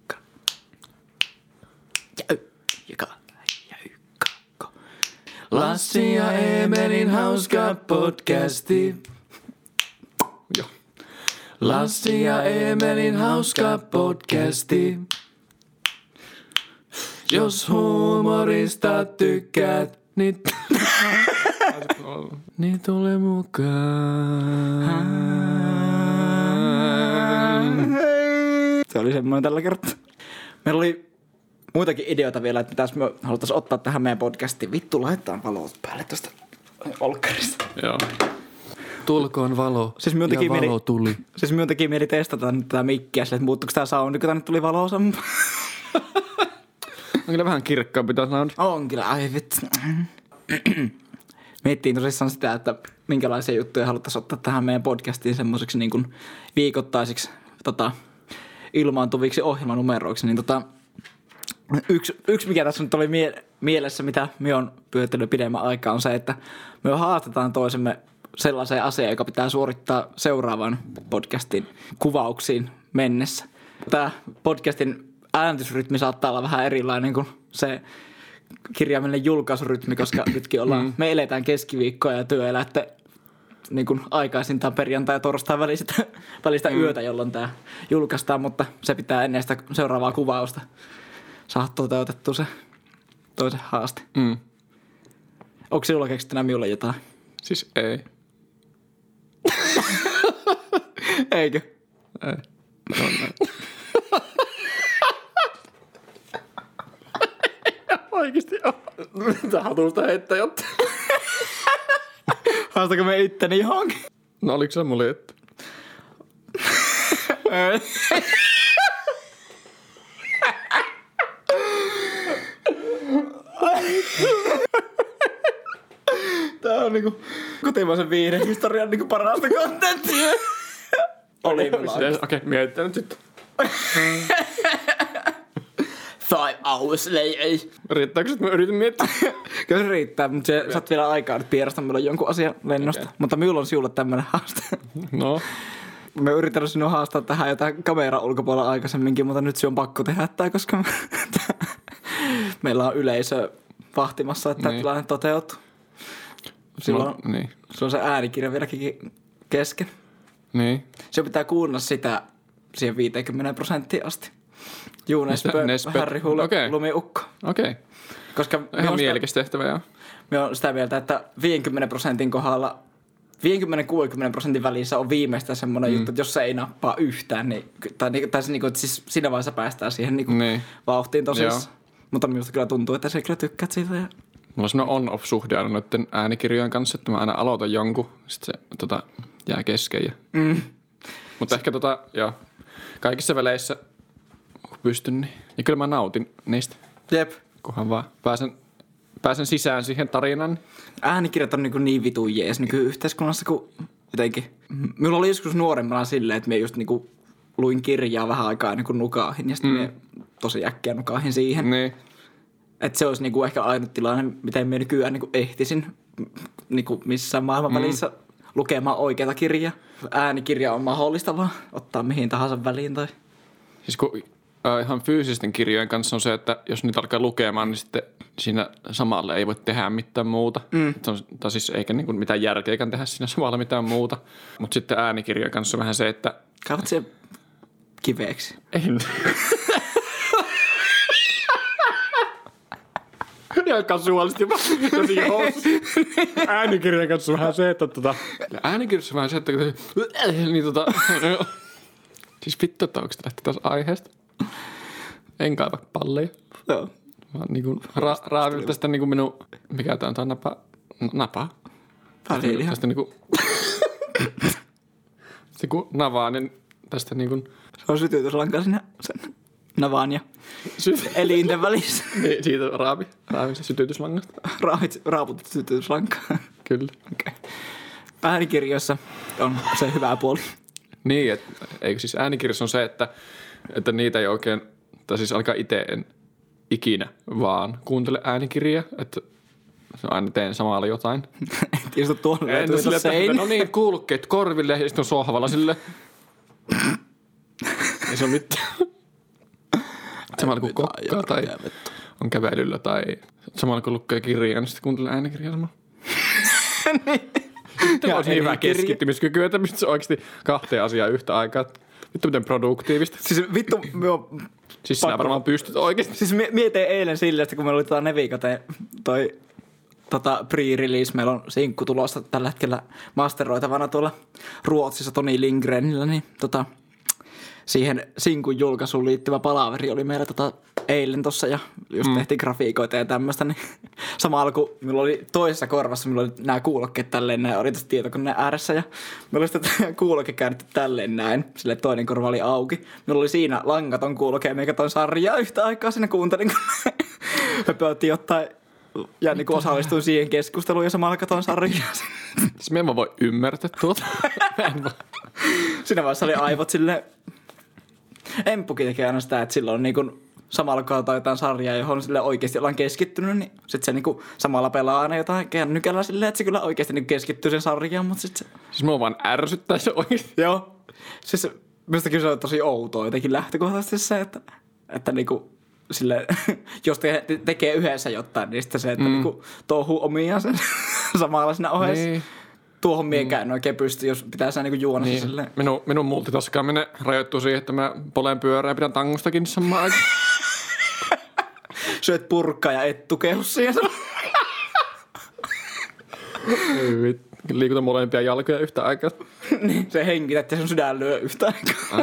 S1: Lassi ja Eemelin hauska podcasti.
S2: Joo.
S1: Lassi ja Eemelin hauska podcasti. Jos huumorista tykkäät, niin tule mukaan. Se oli semmoinen tällä kertaa. Meillä oli muitakin ideoita vielä, että mitäs me haluttaisiin ottaa tähän meidän podcastiin. Vittu, laitetaan valot päälle tästä olkkarista.
S2: Joo.
S3: Tulkoon valo
S1: Siis minun teki
S3: ja valo tuli.
S1: Siis minun teki mieli testata nyt tätä mikkiä sille, että muuttuuko tää soundi, kun tänne tuli valoisampaa.
S2: On kyllä vähän kirkkaampi tää sound.
S1: On kyllä, ai vittu. Miettiin tosissaan sitä, että minkälaisia juttuja haluttaisiin ottaa tähän meidän podcastiin semmoiseksi niin kuin viikoittaisiksi ilmaantuviksi ohjelmanumeroiksi. Niin yksi mikä tässä nyt oli mielessä, mitä me on pyötellyt pidemmän aikaa, on se, että me haastetaan toisemme sellaiseen asiaan, joka pitää suorittaa seuraavan podcastin kuvauksiin mennessä. Tämä podcastin äänitysrytmi saattaa olla vähän erilainen kuin se kirjaimellinen julkaisurytmi, koska nytkin ollaan, me eletään keskiviikkoa ja työelätte niin kuin aikaisintaan perjantai- ja torstain välistä yötä, jolloin tämä julkaistaan, mutta se pitää ennen sitä seuraavaa kuvausta saada toteutettua se toisen haaste. Onko sinulla keksittynä minulle jotain?
S2: Siis ei.
S1: Eikö?
S2: Ei. On näin. Oikeesti on. Mitä hatusta heittää jotta?
S1: Haastako me itteni johonkin?
S2: No oliko se mulle että?
S1: Tää on niinku kotimaisen viihdehistorian niinku parasta kontenttia. Oli mulla
S2: Okei, mietitään nyt sitten.
S1: 5 hours later.
S2: Riittääkö, että mä yritän miettiä?
S1: Kyllä se riittää, mutta se saat vielä aikaa nyt pierasta minulla jonkun asian lennosta. Okay. Mutta minulla on sinulle tämmönen haaste.
S2: No.
S1: Me yritetään sinua haastaa tähän jotain kameran ulkopuolella aikaisemminkin, mutta nyt se on pakko tehdä tämä, koska meillä on yleisö vahtimassa, että tämä tilanne toteutuu. Silloin on se äänikirja vieläkin kesken.
S2: Niin.
S1: Se pitää kuunnella sitä siihen 50% asti. Juunespö, Harry Hule, Lumiukko.
S2: Okei.
S1: Koska
S2: ihan mielekäs tehtävä, joo.
S1: Me on sitä mieltä, että 50% kohdalla, 50-60% välissä on viimeistä semmoinen juttu, että jos se ei nappaa yhtään, niin, tai se, niin siis siinä vaiheessa päästään siihen niin. Vauhtiin tosissaan. Mutta minusta kyllä tuntuu, että se kyllä tykkäät siitä. Ja...
S2: Mulla on semmoinen on-off-suhde aina noiden äänikirjojen kanssa, että mä aina aloitan jonkun, sitten se jää kesken. Ja... Mutta ehkä joo, kaikissa väleissä kun pystyn, niin ja kyllä mä nautin niistä.
S1: Jep.
S2: Kunhan vaan pääsen sisään siihen tarinaan.
S1: Äänikirjat on niin vitun jees nyky-yhteiskunnassa, kun jotenkin. Minulla oli joskus nuorempana silleen, että minä just niinku luin kirjaa vähän aikaa ennen kuin nukaahin, ja sitten minä tosi äkkiä nukaahin siihen.
S2: Niin.
S1: Että se olisi niinku ehkä ainut tilanne, miten minä nykyään niinku ehtisin niinku missään maailman välissä lukemaan oikeata kirjaa. Äänikirja on mahdollista vaan ottaa mihin tahansa väliin tai...
S2: Siis kun ihan fyysisten kirjojen kanssa on se, että jos niitä alkaa lukemaan, niin sitten siinä samalla ei voi tehdä mitään muuta. Tai siis eikä niinku mitään järkeäkään tehdä siinä samalla mitään muuta. Mutta sitten äänikirjojen kanssa on vähän se, että...
S1: Kaivat se kiveeksi?
S2: En. Ihan kasuaalisti. Äänikirjan kanssa on vähän se, että äänikirjassa on vähän se, että niin siis vittu, että onko lähti taas aiheesta? En kaiva palleja.
S1: Joo.
S2: Mä niinku raavin tästä niinku minun, mikä tää on napa.
S1: Väliin.
S2: Tästä niinku se kun navaa, niin tästä niinku...
S1: Se on sytytyslanka sinne sen navaan ja elinten välissä.
S2: Niin, siitä raavin se sytytyslangasta.
S1: Raaputit sytytyslankaa.
S2: Kyllä.
S1: Okay. Äänikirjoissa on se hyvä puoli.
S2: Niin, eikö siis äänikirjassa on se, että niitä ei oikein, tai siis alkaa itse en ikinä vaan kuuntele äänikirjaa, että aina teen samalla jotain.
S1: Et istu tuolla ja tuolla sein.
S2: No niin, kuulokkeet korville ja sitten on sohvalla sille. Ei se ole mitään. Samalla kun kokkaa tai on kävelyllä tai samalla kun lukee kirjaa, niin sitten kuuntelee äänikirjaa samalla.
S1: Niin.
S2: Sitten olisi niin hyvä keskittymiskyky, että mistä se oikeasti kahteen asiaan yhtä aikaa. Vittu miten produktiivista.
S1: Siis vittu,
S2: siis sinä varmaan pystyt oikeasti.
S1: Siis mietin eilen silleen, että kun meillä oli Nevikaten toi pre-release, meillä on sinkku tulossa tällä hetkellä masteroitavana tuolla Ruotsissa Toni Lindgrenillä, niin siihen sinkun julkaisuun liittyvä palaveri oli meillä eilen tossa ja just tehtiin grafiikoita ja tämmöistä, niin samalla kun minulla oli toisessa korvassa, minulla oli nämä kuulokkeet tälleen näin, oli tässä tietokoneen ääressä ja minulla oli sitä kuulokke käännetty tälleen näin, sille toinen korva oli auki. Minulla oli siinä langaton kuulokke ja me katsoin sarjaa yhtä aikaa siinä kuuntelin, kun me pöytiin jotain ja niin kuin osallistuin siihen keskusteluun ja samalla katsoin sarjaa.
S2: Siis me en voi ymmärtää tuota.
S1: Siinä vaiheessa oli aivot silleen, Emppukin tekee aina sitä, että silloin niin kuin samalla kun katsotaan jotain sarjaa, johon sille oikeasti ollaan keskittynyt, niin sitten se niinku samalla pelaa aina jotain kännykällä silleen, että se kyllä oikeasti niinku keskittyy sen sarjaan, mutta sitten se...
S2: Siis mua vaan ärsyttää se oikeasti.
S1: Joo. Siis minustakin se on tosi outoa jotenkin lähtökohtaisesti se, että niinku silleen, jos tekee yhdessä jotain, niin sitten se, että niinku touhuu omiaan sen samalla siinä ohessa. Niin. Tuohon miekään oikein pysty, jos pitää saa niinku juonassa niin. Silleen.
S2: Minun multitaskaaminen rajoittuu siihen, että mä poleen pyörää ja pidän tangostakin samaan aikaan.
S1: Syöt purkkaa ja et tukeudu siihen.
S2: Liikuta molempia jalkoja yhtä aikaa.
S1: Niin, se hengität ja sun sydän lyö yhtä aikaa.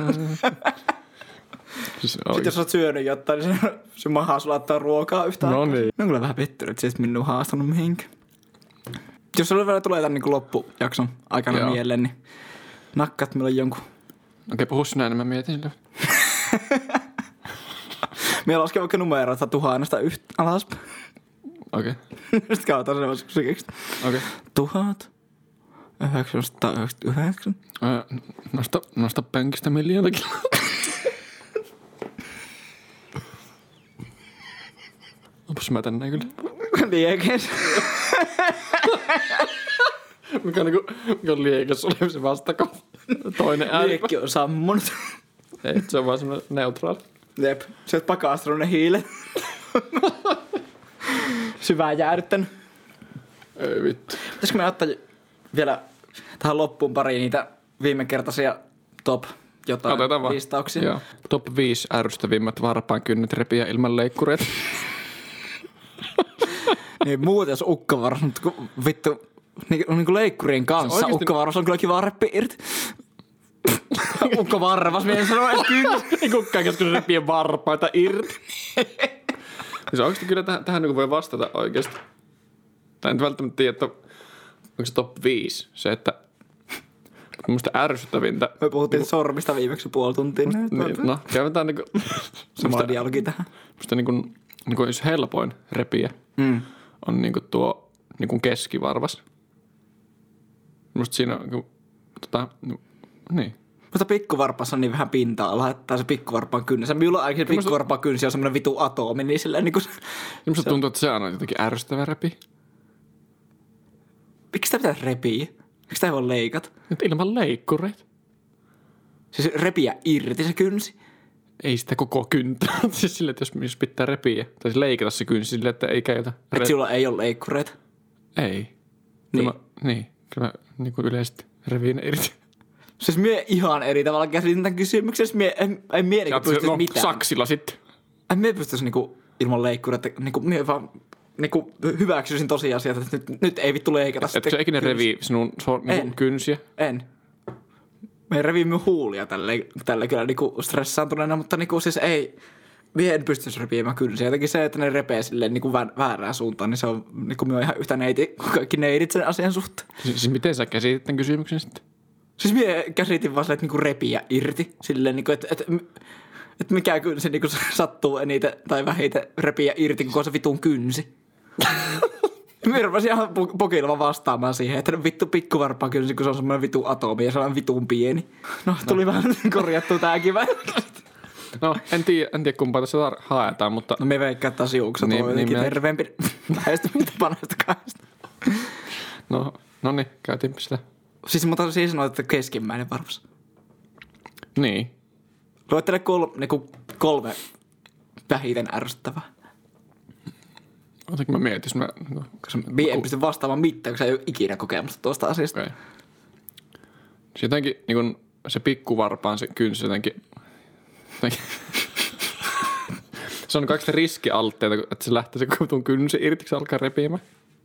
S1: Sitten jos olet syönyt jotain, niin se mahaa sulattaa ruokaa yhtä aikaa.
S2: No niin.
S1: Mä oon kyllä vähän pettynyt, että se minun haastanut mihinkään. Jos sulle vielä tulee tämän niin loppujakson aikana mieleen, niin nakkaat milloin jonkun.
S2: Okei, puhu sinä, niin mä mietin sille.
S1: Meillä lasken vaikka numeroita 1000 alaspäin.
S2: Okei.
S1: Sitten katsotaan se, kun sä keksit.
S2: Okei.
S1: 1000, 999.
S2: Nosta penkistä 1 000 000 kiloa. Opas mä tänne kyllä.
S1: Liekes.
S2: Mikä on liekes, oli se vastako. Toinen ääni.
S1: Liekki on sammunut.
S2: Ei, se on vaan semmoinen neutraali.
S1: Jep, sä oot pakastunut ne hiilet. Syvään jäädyttänyt.
S2: Ei vittu.
S1: Pitäisikö me ottaa vielä tähän loppuun pari niitä viimekertaisia top jotain listauksia?
S2: Joo. Top 5 ärsyttävimmät varpaan kynnet repiä ilman leikkureita.
S1: Niin muuten jos ukkovaras, mutta vittu niinku leikkurien kanssa.
S2: Oikeasti...
S1: Ukkovaras on kyllä kiva reppi irti. Ukkovarvas, minä sanoin, että kyllä.
S2: Ei kukaan kesken repien varpaita irti. Siis oikeasti kyllä tähän niin voi vastata oikeasti. Tai en välttämättä tiedä, että onko se top 5 se, että musta ärsyttävintä.
S1: Me puhuttiin sormista viimeksi puoli tuntia.
S2: No, käydään niinku...
S1: Sama dialogi tähän.
S2: Musta niinku jos helpoin repiä on niinku tuo niinku keskivarvas. Musta siinä on niin.
S1: Mutta pikkuvarpas on niin vähän pinta-alaa, että se pikkuvarpaan kynnys. Minulla on ainakin pikkuvarpaan kynnys on semmoinen vitu atomi, niin silleen niinku...
S2: Musta tuntuu, että se on jotenkin ärsyttävä repi.
S1: Miksi sitä pitäisi repiä? Miksi sitä ei voi leikata?
S2: Nyt ilman leikkureita.
S1: Siis repiä irti se kynsi.
S2: Ei sitä koko kyntä. Siis silleen, että jos pitää repiä, tai siis leikata se kynsi silleen, että ei käytä.
S1: Että silloin ei ole leikkureita?
S2: Ei.
S1: Niin.
S2: Kyllä niin kuin yleisesti reviin irti.
S1: Siis mie ihan eri tavalla käsitin tämän kysymyksen. Ei mie niinku pystyisi mitään.
S2: Saksilla sitten.
S1: En mie pystyisi niinku ilman leikkureita. Niinku mie vaan niinku hyväksyisin tosiasiat, että nyt ei vittu leikata.
S2: Etkö sä ikinä revii sinun kynsiä?
S1: En. Me revii minun huulia tälle kyllä niinku stressaantuneena, mutta niinku siis ei. Mie en pystyisi repiämään kynsiä. Jotenkin se, että ne repee silleen niinku väärään suuntaan, niin se on niinku minua ihan yhtä neiti kuin kaikki neidit sen asian suhteen.
S2: Siis miten sä käsitit tämän kysymyksen sitten?
S1: Siis mie käsitin vaan silleen, että niinku repiä irti. Silleen niinku, että mikä kynsi niinku sattuu eniten tai vähiten repiä irti, kun on se vitun kynsi. Mie rupesin ihan pokilma vastaamaan siihen, että vittu pikkuvarpaa kynsi, kun se on semmoinen vitun atomi ja se on vitun pieni. No, tuli vähän korjattua tääkin vähän.
S2: No, en tiedä kumpaa tässä haetaan, mutta...
S1: No me veikkaan, että Asiuksa
S2: niin,
S1: on jotenkin terveempi lähestymistapa näistä kahdesta.
S2: No niin, käytiin sitä.
S1: Siis mutta siis sanoit, että keskimmäinen varmas.
S2: Niin.
S1: Luettele kolme vähiten ärsyttävää.
S2: Otanko mä mietin, jos mä...
S1: Mie en pysty vastaamaan mitään, kun sä ei ole ikinä kokemusta tuosta asiasta.
S2: Okay. Se jotenkin, niin kun se pikkuvarpaan se kynsi jotenkin... Se on kaikista riskialtteita, että se lähtee se kutun kynsi irti, kun se alkaa repiämään.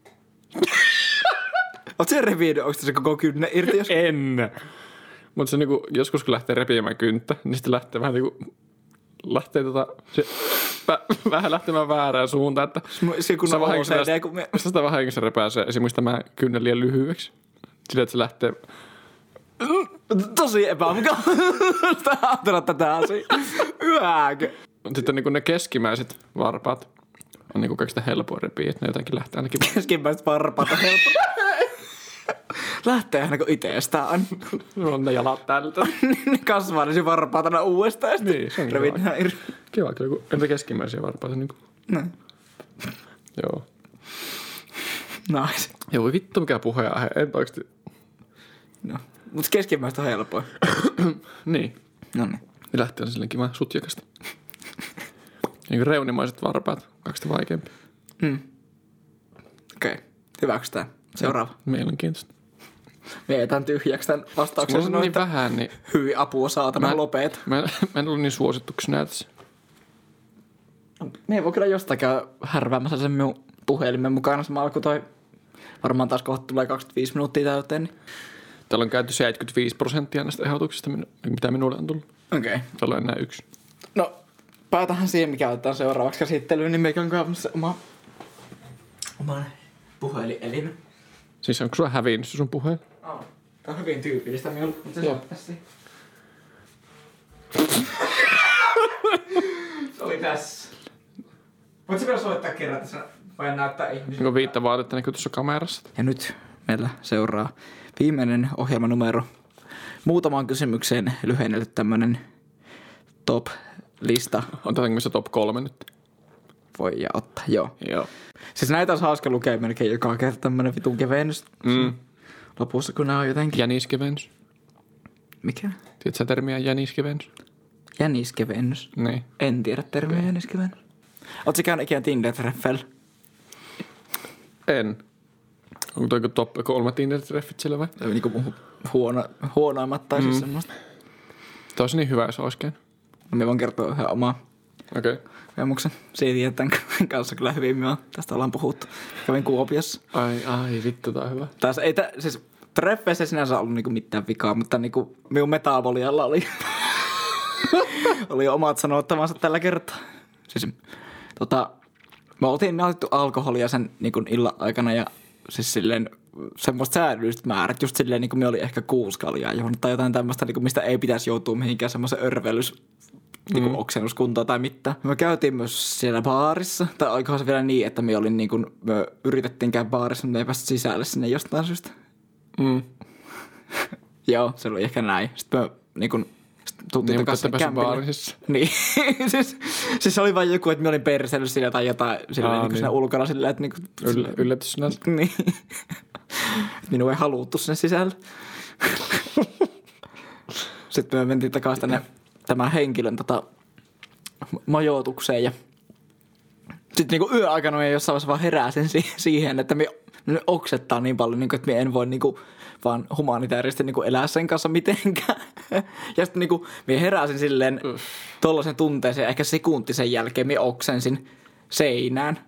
S1: Oot sä repinyt, onko se koko kynne irti? Jos...
S2: En. Mutta se niinku, joskus kun lähtee repiämään kynttä, niin sitten lähtee vähän niinku... vähän lähtemään väärään suuntaan, että...
S1: Se kun on OCD, kun me...
S2: Sitä vahingossa repääsee esimerkiksi tämä kynnen liian lyhyeksi. Sillä, että se lähtee...
S1: Tosi epämukavaa ajatella tätä asiaa. Yhääkö?
S2: Sitten niinku ne keskimmäiset varpaat on niinku kaikista helpoin repiä, että ne jotenkin lähtee ainakin...
S1: Keskimmäiset varpaat on helppo. Lähtee aina kuin itsestään.
S2: On ne jalat täältä.
S1: Ne kasvaa ne varpaat aina uudestaan.
S2: Niin, se on kiva kyllä, kun entä keskimmäisiä varpaita niinku...
S1: Näin.
S2: Joo.
S1: Nice.
S2: Joo, voi vittu mikä puheenaihe, en oikeesti...
S1: No, mutta keskimmäistä on helpoin.
S2: Niin.
S1: Noniin.
S2: Ne lähtee on silleen kiva sutjakasta. Niin kuin reunimaiset varpaat, kaikista vaikeampi.
S1: Okei, hyväksytään. Seuraava.
S2: Mielenkiintoista.
S1: Me jätän tyhjäksi tämän vastauksen.
S2: Mulla on niin vähän, niin...
S1: Hyi apua, saatana, lopeta.
S2: Mä en ollut niin suosittuksi näytössä.
S1: Me ei voi kyllä jostain käydä härväämässä sen minun puhelimen mukana. Se alkoi toi... Varmaan taas kohta tulee 25 minuuttia täyteen. Niin...
S2: Täällä on käyty 75% näistä ehdotuksista, mitä minulle on tullut.
S1: Okei.
S2: Täällä on enää yksi.
S1: No, päätähän siihen, mikä otetaan seuraavaksi käsittelyyn, niin meikä on kaavassa oman puhelinelimen.
S2: Siis onko sulla hävinnyt se sun puheen?
S1: Oh, tää on hyvin tyypillistä minulle, mutta se soittaisi. Se oli tässä. Voitko vielä soittaa kerran tässä vai näyttää ihmisille?
S2: Onko viitta vaatetta näkyy tuossa kamerassa?
S1: Ja nyt meillä seuraa viimeinen ohjelmanumero. Muutamaan kysymykseen lyhennellyt tämmönen top-lista.
S2: On tätä missä top 3 nyt?
S1: Voi ottaa, joo.
S2: Joo.
S1: Siis näitä olisi hauska lukea melkein joka kerta tämmönen vitun kevennys. Lopussa kun nää on jotenkin...
S2: Jäniskevennys.
S1: Mikä?
S2: Tiedätkö sä termiä jäniskevennys?
S1: Jäniskevennys?
S2: Niin.
S1: En tiedä termiä jäniskevennys. Ootko käynyt ikinä Tinder-treffeillä?
S2: En. Onko toi top 3 Tinder-treffit siellä vai?
S1: Niinku huonoimmat tai siis semmoista.
S2: Toi olisi niin hyvä, jos olisi käynyt.
S1: No me voin kertoa ihan omaa
S2: Okei.
S1: kokemuksen. Siitä ja tämän kanssa kyllä hyvin me tästä ollaan puhuttu. Kävin Kuopiossa.
S2: Ai vittu, tää on hyvä.
S1: Tässä ei siis treffeissä sinänsä ollut niinku mitään vikaa, mutta niinku minun metabolialla oli omat sanottavansa tällä kertaa. Siis me oltiin nautittu alkoholia sen niinku illan aikana ja siis silleen semmoista säädylliset määrät, just silleen niinku me oli ehkä 6 kaljaa johon tai jotain tämmöistä, niinku, mistä ei pitäisi joutua mihinkään semmoisen örvelys niinku oksennuskuntoon tai mitään. Me käytiin myös siellä baarissa, tai oikohan se vielä niin, että me yritettiin käydä baarissa, mutta me ei päästä sisälle sinne jostain syystä. Joo, se oli ehkä näin. Sitten me niinku tultiin
S2: Niin, mutta
S1: takaisin kämpille. Niin, siis se oli vain joku, että me olin persellyt siinä tai jotain silleen niin siinä ulkona silleen, että niinku...
S2: Yllätys sinänsä.
S1: Niin. Minua ei haluttu sinne sisälle. Sitten me mentiin takaisin tänne tämän henkilön majoitukseen ja sitten niinku yöaikana me jossain vaiheessa vaan heräsin siihen, että me oksettaa niin paljon, niinku, että me en voi niinku vaan humanitaarisesti niinku elää sen kanssa mitenkään. Ja sitten niinku me heräsin silleen tollaisen tunteeseen, ehkä sekuntisen jälkeen me oksensin seinään.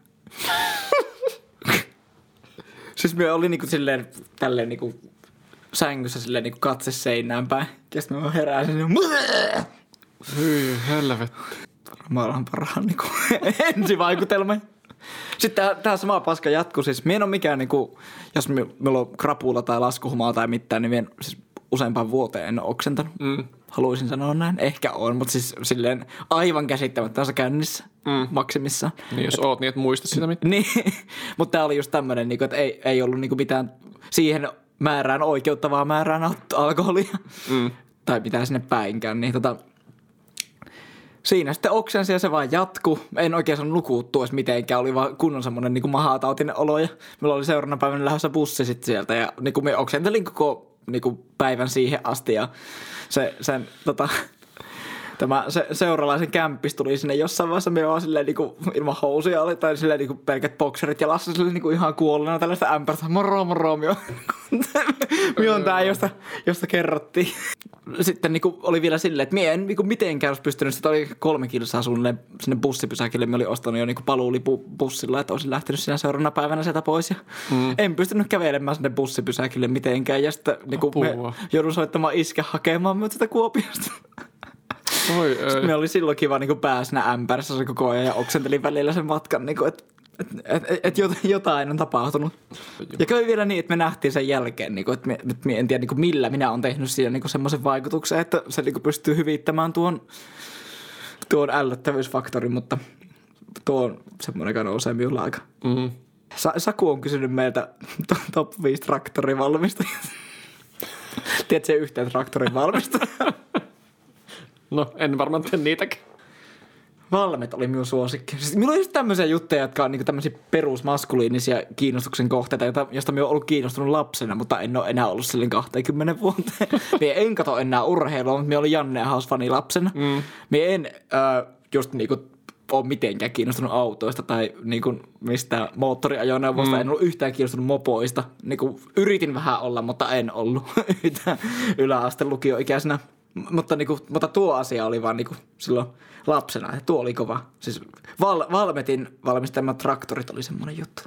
S1: Siis me oli niinku silleen tälleen niinku sängyssä silleen niinku katse seinään päin. Ja sitten mä heräsin
S2: Hyi helvetti.
S1: maailman parhaan niinku ensivaikutelma. Sitten tää sama paska jatkuu. Siis mie en oo mikään niinku, jos meillä on krapula tai laskuhumaa tai mitään, niin mie en siis useampaan vuoteen en oo oksentanut. Haluaisin sanoa näin. Ehkä on, mutta siis silleen aivan käsittämättömässä käynnissä maksimissaan.
S2: Niin jos oot niin, et muista sitä mitään.
S1: Niin, mutta tää oli just tämmönen, niinku, että ei ollut niinku mitään siihen määrään oikeuttavaa määrään alkoholia. Tai mitään sinne päinkään, niin siinä sitten oksensi ja se vaan jatkuu. En oikein saanut nukuttua edes mitenkään. Oli vaan kunnon semmonen niinku mahatautinen olo ja meillä oli seuraavana päivänä lähdössä bussi sitten sieltä. Ja niinku me oksentelin koko niinku päivän siihen asti ja tämä seuralaisen kämppis tuli sinne jossain vaiheessa. Me vaan silleen niinku ilman housuja oli tai silleen niinku pelkät bokserit jalassa silleen niinku ihan kuolleena tällaista ämpäristä. Moro, on tää, josta kerrottiin. Sitten niinku oli vielä silleen, että mie en niinku mitenkään olisi pystynyt. Sitten oli 3 kilsaa suunnilleen sinne bussipysäkille. Me oli ostanut jo niinku paluulipu bussilla, että olisin lähtenyt siinä seuraavana päivänä sieltä pois. Ja en pystynyt kävelemään sinne bussipysäkille mitenkään. Ja sitten niinku me joudun soittamaan iskä hakemaan myös sitä Kuopiosta. Sitten me oli silloin kiva niinku pääsnä ämpärissä se koko ajan ja oksentelin välillä sen matkan, niinku, että jotain on tapahtunut. Ja kävi vielä niin, että me nähtiin sen jälkeen, niinku, että me en tiedä niinku, millä minä olen tehnyt siinä niinku, semmoisen vaikutuksen, että se niinku, pystyy hyvittämään tuon ällöttävyysfaktorin, mutta tuo on semmoinen, joka nousee minulla aika. Saku on kysynyt meiltä top 5 traktorin valmistajista. Tiedätkö yhtään traktorin valmistajaa?
S2: No, en varmaan tee niitäkin.
S1: Valmet oli minun suosikki. Siis minulla on just tämmöisiä juttuja, jotka on niinku tämmöisiä perusmaskuliinisia kiinnostuksen kohteita, josta minä olen ollut kiinnostunut lapsena, mutta en ole enää ollut silleen 20 vuoteen. Minä en kato enää urheilua, mutta minä olin Janne ja Hausfani lapsena. Minä en just niinku ole mitenkään kiinnostunut autoista tai niinku mistään moottoriajoneuvosta. En ollut yhtään kiinnostunut mopoista. Niinku yritin vähän olla, mutta en ollut yhtään yläaste lukioikäisenä. Mutta tuo asia oli vaan niinku silloin lapsena. Ja tuo oli kova. Siis Valmetin valmistamat traktorit oli semmoinen juttu.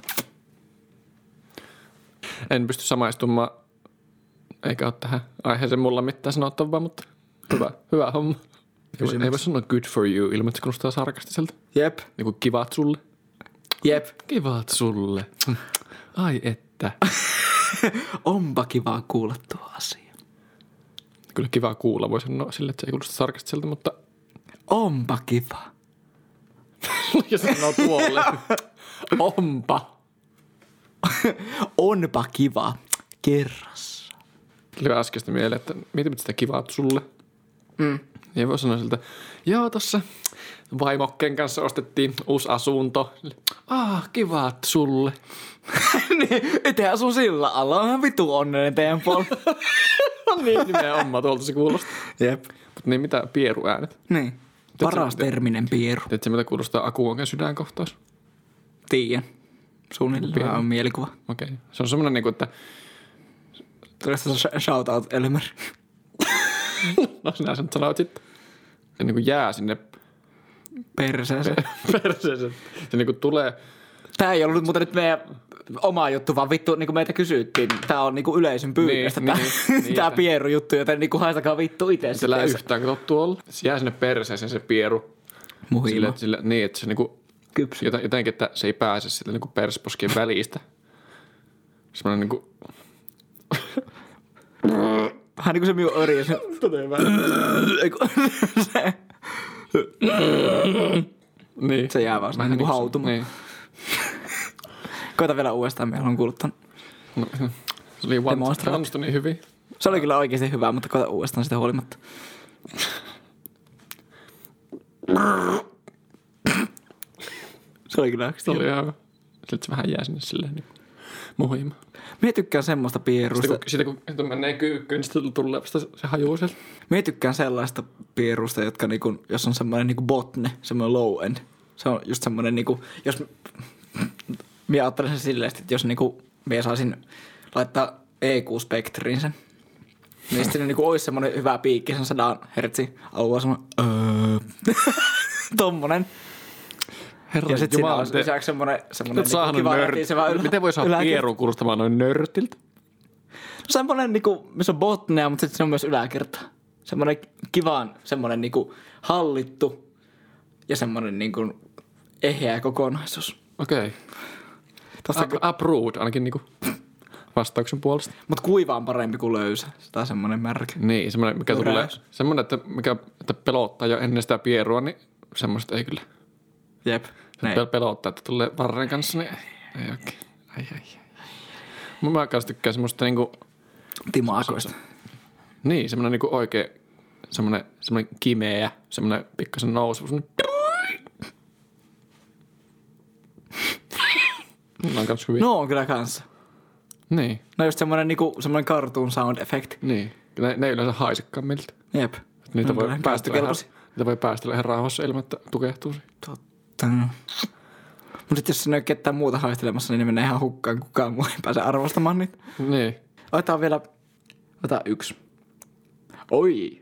S2: En pysty samaistumaan, eikä ole tähän aiheeseen mulla mitään sanottavaa, mutta hyvä homma. Ei voi sanoa good for you ilman, että se kuulostaa sarkastiselta.
S1: Jep.
S2: Niin kuin kivat sulle.
S1: Jep.
S2: Kivat sulle. Ai että.
S1: Onpa kivaa kuulla tuo asia.
S2: Kyllä kivaa kuulla, voi sanoa sille, että se ei kuulosta sarkastiselta, mutta...
S1: Onpa kiva.
S2: Ja se sanoo tuolle. Onpa.
S1: Onpa kiva. kerrassa.
S2: Tuli äskeistä mieleen, että mietit sitä kivaa sulle. Ja voi sanoa siltä, joo tossa vaimokken kanssa ostettiin uusi asunto. Kivaat sulle.
S1: Niin, itse asun sillä alla. On ihan vitu onnellinen teidän puolella.
S2: Niin, nimenomaan tuolta se kuulostaa.
S1: Jep.
S2: Mutta niin mitä pieruäänet?
S1: Niin. Paras terminen pieru.
S2: Tiedätkö mitä kuulostaa Akuanken sydänkohtaus?
S1: Tiedän. Suunnilleen on mielikuva.
S2: Okei. Se on semmoinen niinku, että...
S1: Tulee sitä shoutout Elmer.
S2: No sinä sen sanoit sitten. Se niinku jää sinne
S1: Perseeseen.
S2: perseeseen. Se niinku tulee...
S1: Tää ei ollut muuten nyt meidän oma juttu, vaan vittu niinku meitä kysyttiin. Tää on niinku yleisön pyynnöstä tää pieru-juttu, joten niinku haistakaa vittu itse.
S2: Se lää yhtään kato tuolla. Se jää sinne perseeseen se pieru.
S1: Muhimo.
S2: Sille, niin, että se niinku...
S1: Kypsy.
S2: Jotenkin, että se ei pääse sitä niinku persposkien välistä. Semmoinen niinku...
S1: Vähän niinku se minun öri.
S2: Niin.
S1: Se jää vasta niinku hautumaan.
S2: Niin.
S1: Koita vielä uudestaan, me haluan kuulla ton.
S2: No, se oli onnistui niin hyvin.
S1: Se oli kyllä oikeasti hyvä, mutta koita uudestaan sitä huolimatta. Se oli kyllä
S2: Se oli ihan hyvä. Sitten se vähän jää sinne silleen niin muhimaan.
S1: Mie tykkään semmoista pierusta.
S2: Sitten kun menee kyykkyyn, niin sitten tulee vasta se hajuu sieltä.
S1: Mie tykkään sellaista pierusta, jotka niinku, jos on semmoinen niinku botne, semmoinen low end. Se on just semmoinen niinku, jos mie ajattelen sen silleen, että jos niinku mie saisin laittaa EQ-spektriin sen, niin sitten niinku olisi semmoinen hyvä piikki, sen 100 hertsi alueen semmoinen tommonen.
S2: Herra
S1: Ja sitten siinä olisi lisäksi semmoinen niinku kiva rätisevä
S2: Miten voi saada pierun kuulostamaan noin nörtiltä?
S1: Semmoinen niinku, missä on botnea, mutta sitten se on myös yläkerta. Semmoinen kivaan, semmoinen niinku hallittu ja semmoinen niinku eheä kokonaisuus.
S2: Okei. Approved ainakin niinku vastauksen puolesta.
S1: Mutta kuiva on parempi kuin löysä. Sitä on semmoinen märkä.
S2: Niin, semmoinen, mikä tulee, semmoinen, että pelottaa jo ennen sitä pierua, niin semmoista ei kyllä.
S1: Jep.
S2: Se pelottaa, että tulee varren kanssa, niin ei oikein. Ai. Mä kanssa tykkään semmoista niinku...
S1: Timaakoista.
S2: Niin, semmoinen niinku oikein, semmoinen kimeä, semmoinen pikkasen nousu. No on kans hyviä.
S1: No on kyllä kanssa.
S2: Niin.
S1: No just semmoinen niinku, semmoinen cartoon sound effect.
S2: Niin. Ne ei yleensä haisekaan miltä.
S1: Jep.
S2: Niitä voi päästellä ihan rauhassa ilman, että tukehtuu siihen.
S1: Totta. Mutta sitten jos siinä ei ole ketään muuta haistelemassa, niin ne menee ihan hukkaan. Kukaan muu ei pääse arvostamaan niitä.
S2: Niin.
S1: Otetaan vielä... Otetaan yksi. Oi.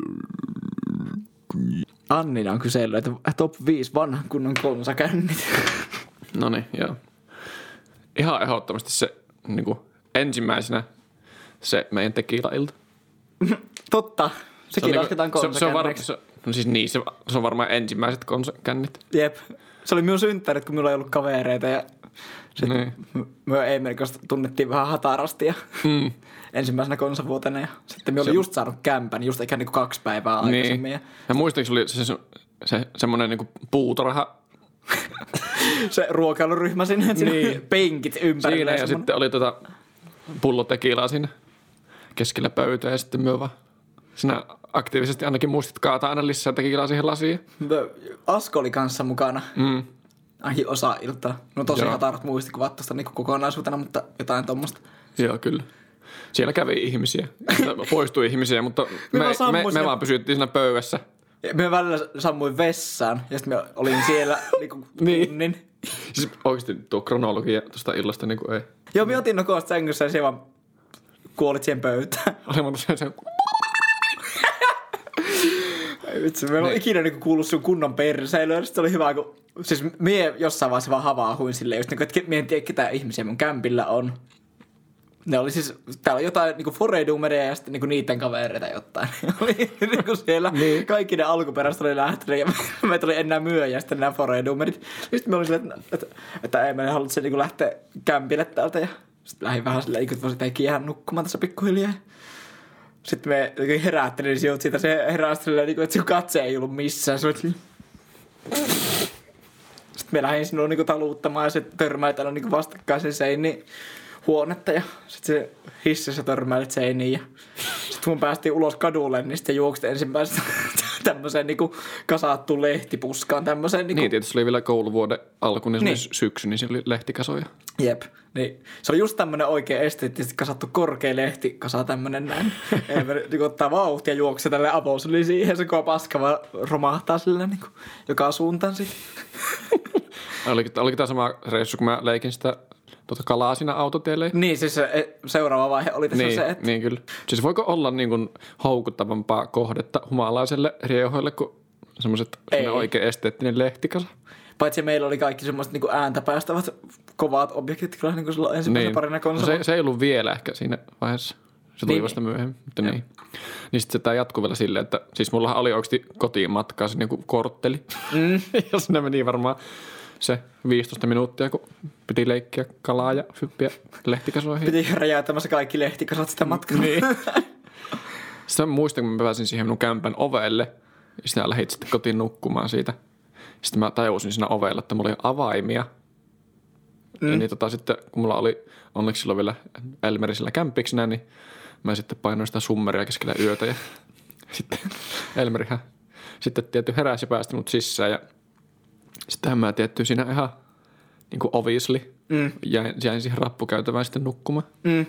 S1: Annina on kysellyt, että top 5 vanhan kunnon konsakännit.
S2: Noniin, joo. Ihan ehdottomasti se niinku ensimmäisenä se meidän tekiila-ilta.
S1: Totta. Sekin
S2: se
S1: lasketaan konsakänneksi.
S2: No siis niin, se on varmaan ensimmäiset konsakännit.
S1: Jep. Se oli minun synttärit, kun minulla ei ollut kavereita ja sitten me Emerikosta tunnettiin vähän hatarasti ja ensimmäisenä konsavuotena ja sitten me oli just saanut kämpän, just eikä niinku 2 päivää aikaisemmin.
S2: Niin. Ja muistaakseni oli se semmoinen niinku puutarha.
S1: Se ruokailuryhmä sinne, niin. Penkit ympärillä.
S2: Siinä ja sitten oli pullo tekiilaa siinä keskellä pöytää ja sitten me vaan sinä aktiivisesti ainakin muistit kaataa aina lisää tekiilaa siihen lasiin.
S1: Asko oli kanssa mukana. Ainakin osa iltaa. No tosi hatarat muistikuvat tuosta niinku kokonaisuutena, mutta jotain tommoista.
S2: Joo, kyllä. Siellä kävi ihmisiä. Poistui ihmisiä, mutta me vaan pysyttiin siinä pöydässä.
S1: Me välillä sammuin vessaan ja sitten me olin siellä niinku tunnin.
S2: Siis oikeasti tuo kronologia tuosta illasta niinku ei.
S1: Joo, me otin nokosta sängyssä ja se vaan kuolit siihen pöytään.
S2: Oli monta se...
S1: Vitsi, me ei ikinä niinku kuullut sun kunnon perseilyä. Sitten oli hyvä, kun... Siis mie jossain vaiheessa vaan havaahuin silleen, just niinku, että mie en tiedä, ketä ihmisiä mun kämpillä on. Ne oli siis, täällä on jotain niinku foreidumeria ja sitten niinku niiden kavereita jotain. Oli niinku siellä, kaikki ne alkuperäiset oli lähtenyt ja me tuli enää myöhään sitten nämä foreidumerit. Sitten me oli silleen, että ei me halutse niinku lähteä kämpille täältä ja sitten lähdin vähän silleen, että voisit jäädä nukkumaan tässä pikkuhiljaa. Sitten me herättelin siitä, se heräsi silleen, että sun katse ei ollut missään. Sitten me lähdin sinua niinku taluuttamaan ja se törmäi täällä niinku vastakkaisen seiniin. huonetta ja sitten se hississä törmäilit seiniin ja sitten kun päästiin ulos kadulle, niin sitten juoksit ensimmäisenä tämmöiseen niinku kasattuun lehtipuskaan tämmöiseen niinku.
S2: Niin, tietysti oli vielä kouluvuoden alku, niin se oli syksy, niin siellä oli lehtikasoja.
S1: Jep, niin se oli just tämmönen oikein esteettisesti kasattu korkea lehtikasa tämmönen näin. Ei niinku ottaa vauhtia ja juoksi tälle about, niin siihen se koko paska vaan romahtaa sillä niinku joka suuntaan sit.
S2: Oliko tämä sama reissu, kun mä leikin sitä kalaa siinä autotielle?
S1: Niin, siis seuraava vaihe oli tässä
S2: niin,
S1: se, että...
S2: Niin kyllä. Siis voiko olla niin kuin houkuttavampaa kohdetta humalaiselle riehoille kuin semmoiset oikein esteettinen lehtikasa?
S1: Paitsi meillä oli kaikki semmoiset niinku ääntä päästävät kovat objektit kyllä niin kuin silloin ensimmäisenä parina konsolilla.
S2: Se ei ollut vielä ehkä siinä vaiheessa. Se tuli vasta myöhemmin. Mutta niin. Niin sitten tämä jatkuu vielä silleen, että siis mulla oli oikeasti kotiin matkaa se niinku kortteli. Ja sinne meni varmaan se 15 minuuttia, kun piti leikkiä kalaa ja hyppiä lehtikasoihin.
S1: Piti räjäyttämässä kaikki lehtikasat sitä matkaa.
S2: Niin. Sitten muistan, kun mä pääsin siihen minun kämpän ovelle. Ja sitten lähdin sitten kotiin nukkumaan siitä. Sitten mä tajusin siinä ovella, että mulla oli avaimia. Ja niin sitten, kun mulla oli onneksi silloin vielä Elmeri sillä kämpiksenä, niin mä sitten painoin sitä summeria keskellä yötä. Ja sitten Elmerihän sitten tietty heräsi ja päästi mut sisään. Ja sittenhän mä tietty siinä ihan niin kuin obviously jäin siihen rappukäytävään sitten nukkumaan.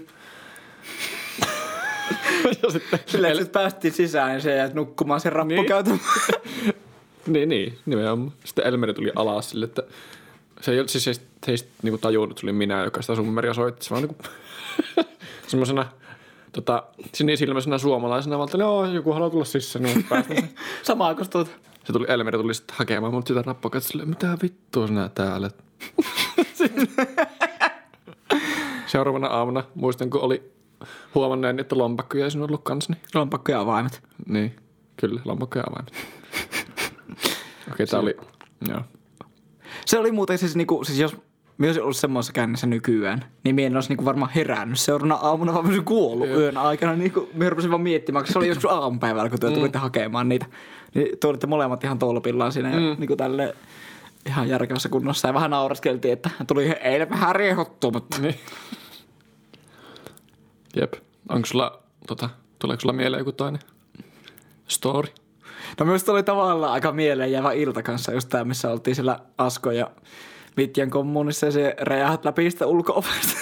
S1: Ja sitten silleen, että päästiin sisään ja se jäät nukkumaan sen rappukäytävään.
S2: Niin, nimenomaan. Sitten Elmeri tuli alas sille, että se ei niinku tajunnut, että se oli minä, joka sitä summeria soitti. Se vaan niinku semmoisena sinisilmäisenä suomalaisena, vaan joo, joku haluaa tulla sisään, niin päästään.
S1: Samaa kuin tuota.
S2: Elmeri tuli sitten hakemaan mut sitä rappukäytävää silleen, mitä vittua sinä täällä? Seuraavana aamuna muistan, kun oli huomannut, että lompakkoja ei sinun ollut kanssa. Niin...
S1: Lompakko ja avaimet.
S2: Niin, kyllä, lompakko ja avaimet. Okei, tää oli, joo.
S1: Se oli muuten siis niinku, siis jos minä olisin ollut semmoisessa käynnissä nykyään, niin minä en olisi niinku varmaan herännyt seuraavana aamuna, vaan minä olisin kuollut yön aikana. Niinku, minä rupesin vaan miettimään, koska se oli joskus aamupäivällä, kun te tulitte hakemaan niitä. Niin te olitte molemmat ihan tolpillaan siinä ja niinku tälleen ihan järkevässä kunnossa. Ja vähän nauraskeltiin, että tuli eilen vähän riehottua, mutta...
S2: Niin. Jep. Onko sulla, tuleeko sulla mieleen joku toinen story?
S1: No myös oli tavallaan aika mieleen jäävä ilta kanssa, just tää, missä oltiin siellä Asko ja Mitjan kommunissa ja se räjähät läpi sitä ulko-ovesta.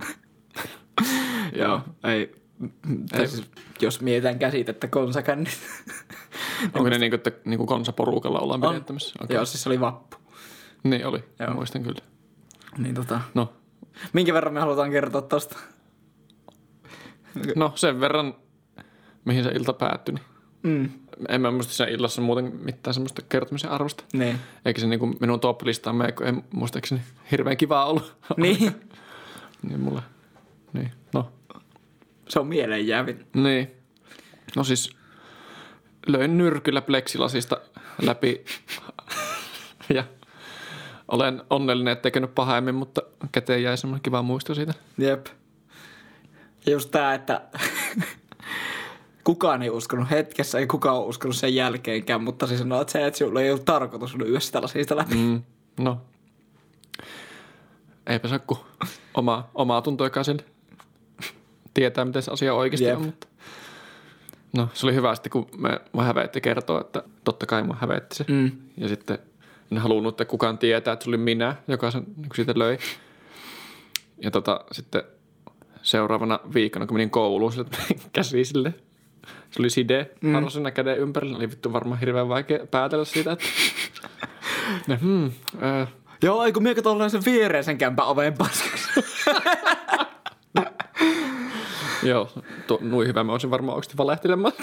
S1: Joo, ei. Siis, jos mietitään käsitettä konsakännit.
S2: Onko ne niinku konsaporukalla ollaan pidettämässä?
S1: Okay. Joo, siis se oli vappu.
S2: Niin oli, muistan kyllä.
S1: Niin
S2: No.
S1: Minkä verran me halutaan kertoa tosta?
S2: No sen verran, mihin se ilta päättyi. En mä muista sen illassa muuten mitään semmoista kertomisen arvosta.
S1: Niin.
S2: Eikä se niinku minun top-listaan mene, kun ei muistaakseni hirveän kivaa ollut.
S1: Niin.
S2: Niin mulle. Niin, no.
S1: Se on mieleenjäävin.
S2: Niin. No siis löin nyrkyllä pleksilasista läpi ja olen onnellinen, ettei käynyt pahemmin, mutta käteen jäi semmoinen kiva muisto siitä.
S1: Jep. Ja just tää, että kukaan ei uskonut hetkessä, ei kukaan ole uskonut sen jälkeenkään, mutta se sanoo, että se, että sinulla ei ollut tarkoitus lyödä sitä lasista läpi.
S2: No. Eipä saa kuin omaa tuntoa jokaiselle tietää, miten se asia oikeasti on, mutta no se oli hyvä sitten, kun mä hävetti kertoa, että totta kai mä hävetti se. Ja sitten en halunnut, että kukaan tietää, että se oli minä, joka sen niin siitä löi. Ja sitten seuraavana viikolla, kun menin kouluun, sille käsi sille. Se oli side harrasena käden ympärillä. Oli vittu varmaan hirveän vaikea päätellä siitä, että
S1: joo, ei kun minä katsoin sen viereisen kämpän oveen paskaksi.
S2: Joo, nui hyvä mä olisin varmaan oikeasti valehtelemaan.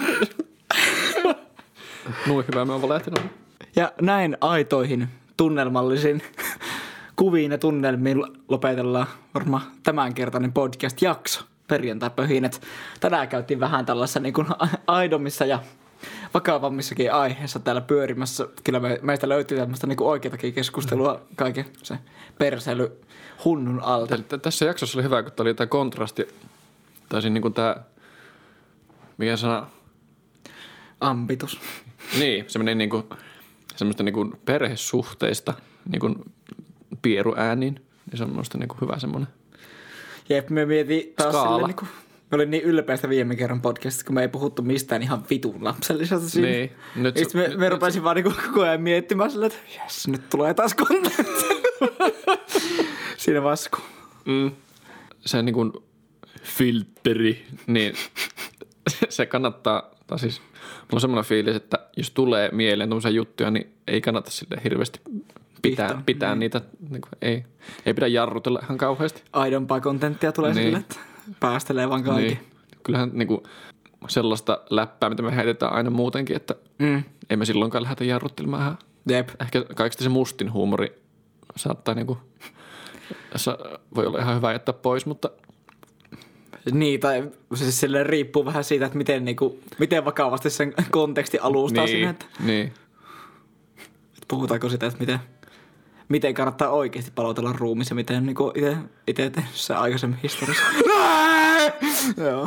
S2: Nui hyvä mä oon valehtelemaan.
S1: Ja näin aitoihin tunnelmallisiin kuviin ja tunnelmiin lopetellaan varmaan tämänkertainen podcast-jakso. Perjantai-pöhinet. Tänään käytiin vähän tällaisessa niin kuin aidommissa ja vakavammissakin aiheissa täällä pyörimässä. Kyllä meistä löytyy tämmöistä niin kuin oikeatakin keskustelua kaiken se perseily hunnun alta.
S2: Tässä jaksossa oli hyvä, kun oli tämä kontrasti. Tai siinä niin kuin tämä, mikä sana?
S1: Ambitus.
S2: Niin, semmoinen niin kuin, semmoista niin kuin perhesuhteista niin kuin pieruääniin. Niin se on minusta niin kuin hyvä semmoinen.
S1: Jep, me mietin taas
S2: Skaala.
S1: silleen niinku... Me olin niin ylpeästä viime kerran podcastissa, kun me ei puhuttu mistään ihan vitun lapsellisesta siinä.
S2: Niin.
S1: Nyt me rupesin vaan niinku koko ajan miettimään silleen, että jes, nyt tulee taas content. Siinä vaiheessa, kun...
S2: Se niin kuin filtteri, niin se kannattaa, tai siis mulla on semmoinen fiilis, että jos tulee mieleen tommosia juttuja, niin ei kannata sille hirveästi pitää niitä, niin kuin, ei pidä jarrutella ihan kauheasti.
S1: Aidompaa kontenttia tulee
S2: Niin.
S1: sille, että päästelee vaan kaikki.
S2: Niin. Kyllähän niin kuin, sellaista läppää, mitä me heitetään aina muutenkin, että ei me silloinkaan lähdetä jarruttelemaan ihan.
S1: Jep.
S2: Ehkä kaikista se mustin huumori saattaa niin kuin, voi olla ihan hyvä jättää pois, mutta
S1: Niin, tai siis silleen riippuu vähän siitä, että miten vakavasti sen konteksti alustaa
S2: niin,
S1: sinne. Että
S2: niin.
S1: puhutaanko sitä, että miten kannattaa oikeasti palotella ruumis ja miten niinku itse tehnyt se aikaisemmin historiassa. Joo.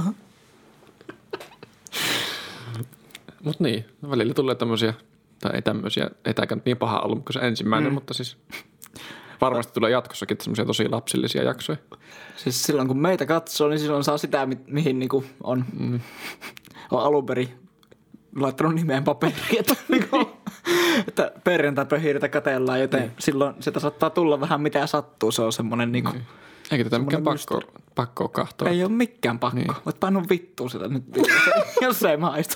S2: Mut niin, välillä tulee tämmöisiä, tai ei tämmöisiä, ei tääkään niin paha ollut kuin se ensimmäinen, mutta siis varmasti tulee jatkossakin semmoisia tosi lapsillisia jaksoja.
S1: Siis silloin kun meitä katsoo, niin silloin saa sitä, mihin niinku on alun perin laittanut nimeen paperiin, että, että perjantai-pöhiirtä katellaan, joten silloin sitä saattaa tulla vähän mitä sattuu. Se on semmoinen niinku...
S2: Eikä tätä mikään pakko kahtoa.
S1: Ei ole mikään pakko.
S2: Niin.
S1: Voit painua vittuun sitä nyt, jos ei maistu.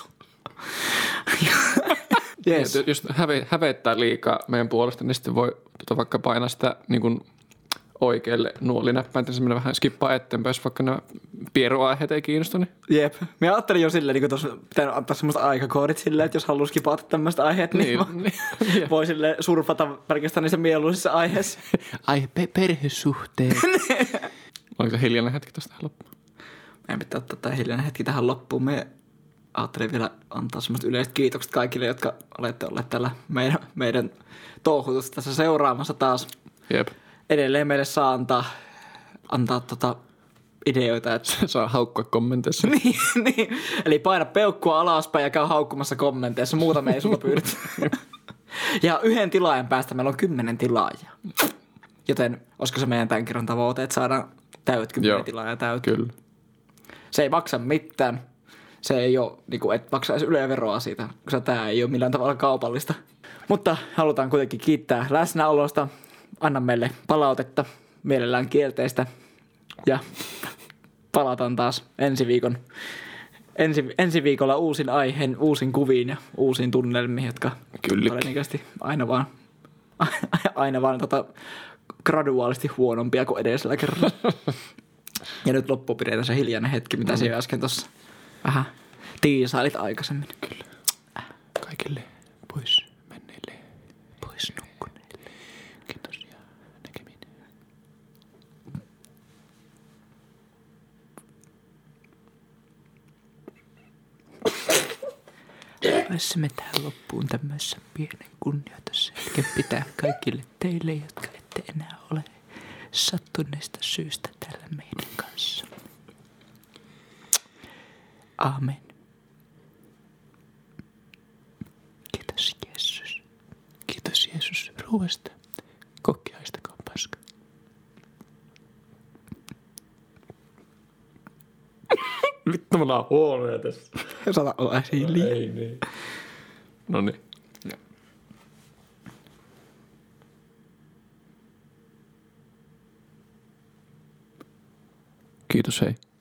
S1: Yes.
S2: Jos hävettää liikaa meidän puolesta, niin sitten voi vaikka painaa sitä niin kuin oikealle nuolinäppäin, että se menee vähän skippaa eteenpäin, jos vaikka nämä pieruaiheet ei kiinnosta. Niin.
S1: Jep. Mä ajattelin jo silleen, niin tuossa pitää antaa semmoista aikakoodit silleen, että jos haluaa skipata tämmöistä aiheet, niin voi silleen surfata pelkästään niissä mieluisissa aiheissa.
S2: Ai, perhesuhteet. Onko se hiljainen hetki tästä loppuun?
S1: Meidän pitää ottaa tämä hiljainen hetki tähän loppuun. Me ajattelin vielä antaa semmoista yleiset kiitokset kaikille, jotka olette olleet täällä meidän touhutusta tässä seuraamassa taas.
S2: Jep.
S1: Edelleen meille saa antaa ideoita. Että...
S2: Saa haukkua kommenteissa.
S1: niin. Eli paina peukkua alaspäin ja käy haukkumassa kommenteissa. Muuta me ei sulla pyydetä. Ja 1 tilaajan päästä meillä on 10 tilaajaa. Joten olisiko se meidän tämän kerran tavoite, että saadaan täyt 10 tilaajaa täyt.
S2: Kyllä.
S1: Se ei maksa mitään. Se ei ole, niin kuin, et maksa edes Yle-veroa siitä, koska tämä ei ole millään tavalla kaupallista. Mutta halutaan kuitenkin kiittää läsnäolosta. Anna meille palautetta, mielellään kielteistä. Ja palataan taas ensi viikolla uusin aiheen, uusin kuviin ja uusiin tunnelmiin, jotka todennäköisesti aina vaan graduaalisesti huonompia kuin edellisellä kerralla. Ja nyt loppuun pidetään se hiljainen hetki, mitä sinä äsken tuossa vähän tiisailit aikaisemmin.
S2: Kyllä. Kaikille pois menneille, pois nukkuneille. Kiitos ja näkemiin.
S1: Voisimme tähän loppuun tämmöisen pienen kunnioitushetken pitää kaikille teille, jotka ette enää ole sattuneesta syystä täällä meidän kanssa. Amen. Kiitos Jeesus. Kiitos Jeesus ruoasta. Kokki haistakoon paska.
S2: Vittu, mulla on huonoja tässä.
S1: Sata olla hiiliä.
S2: Ei niin. Noniin. Kiitos, hei.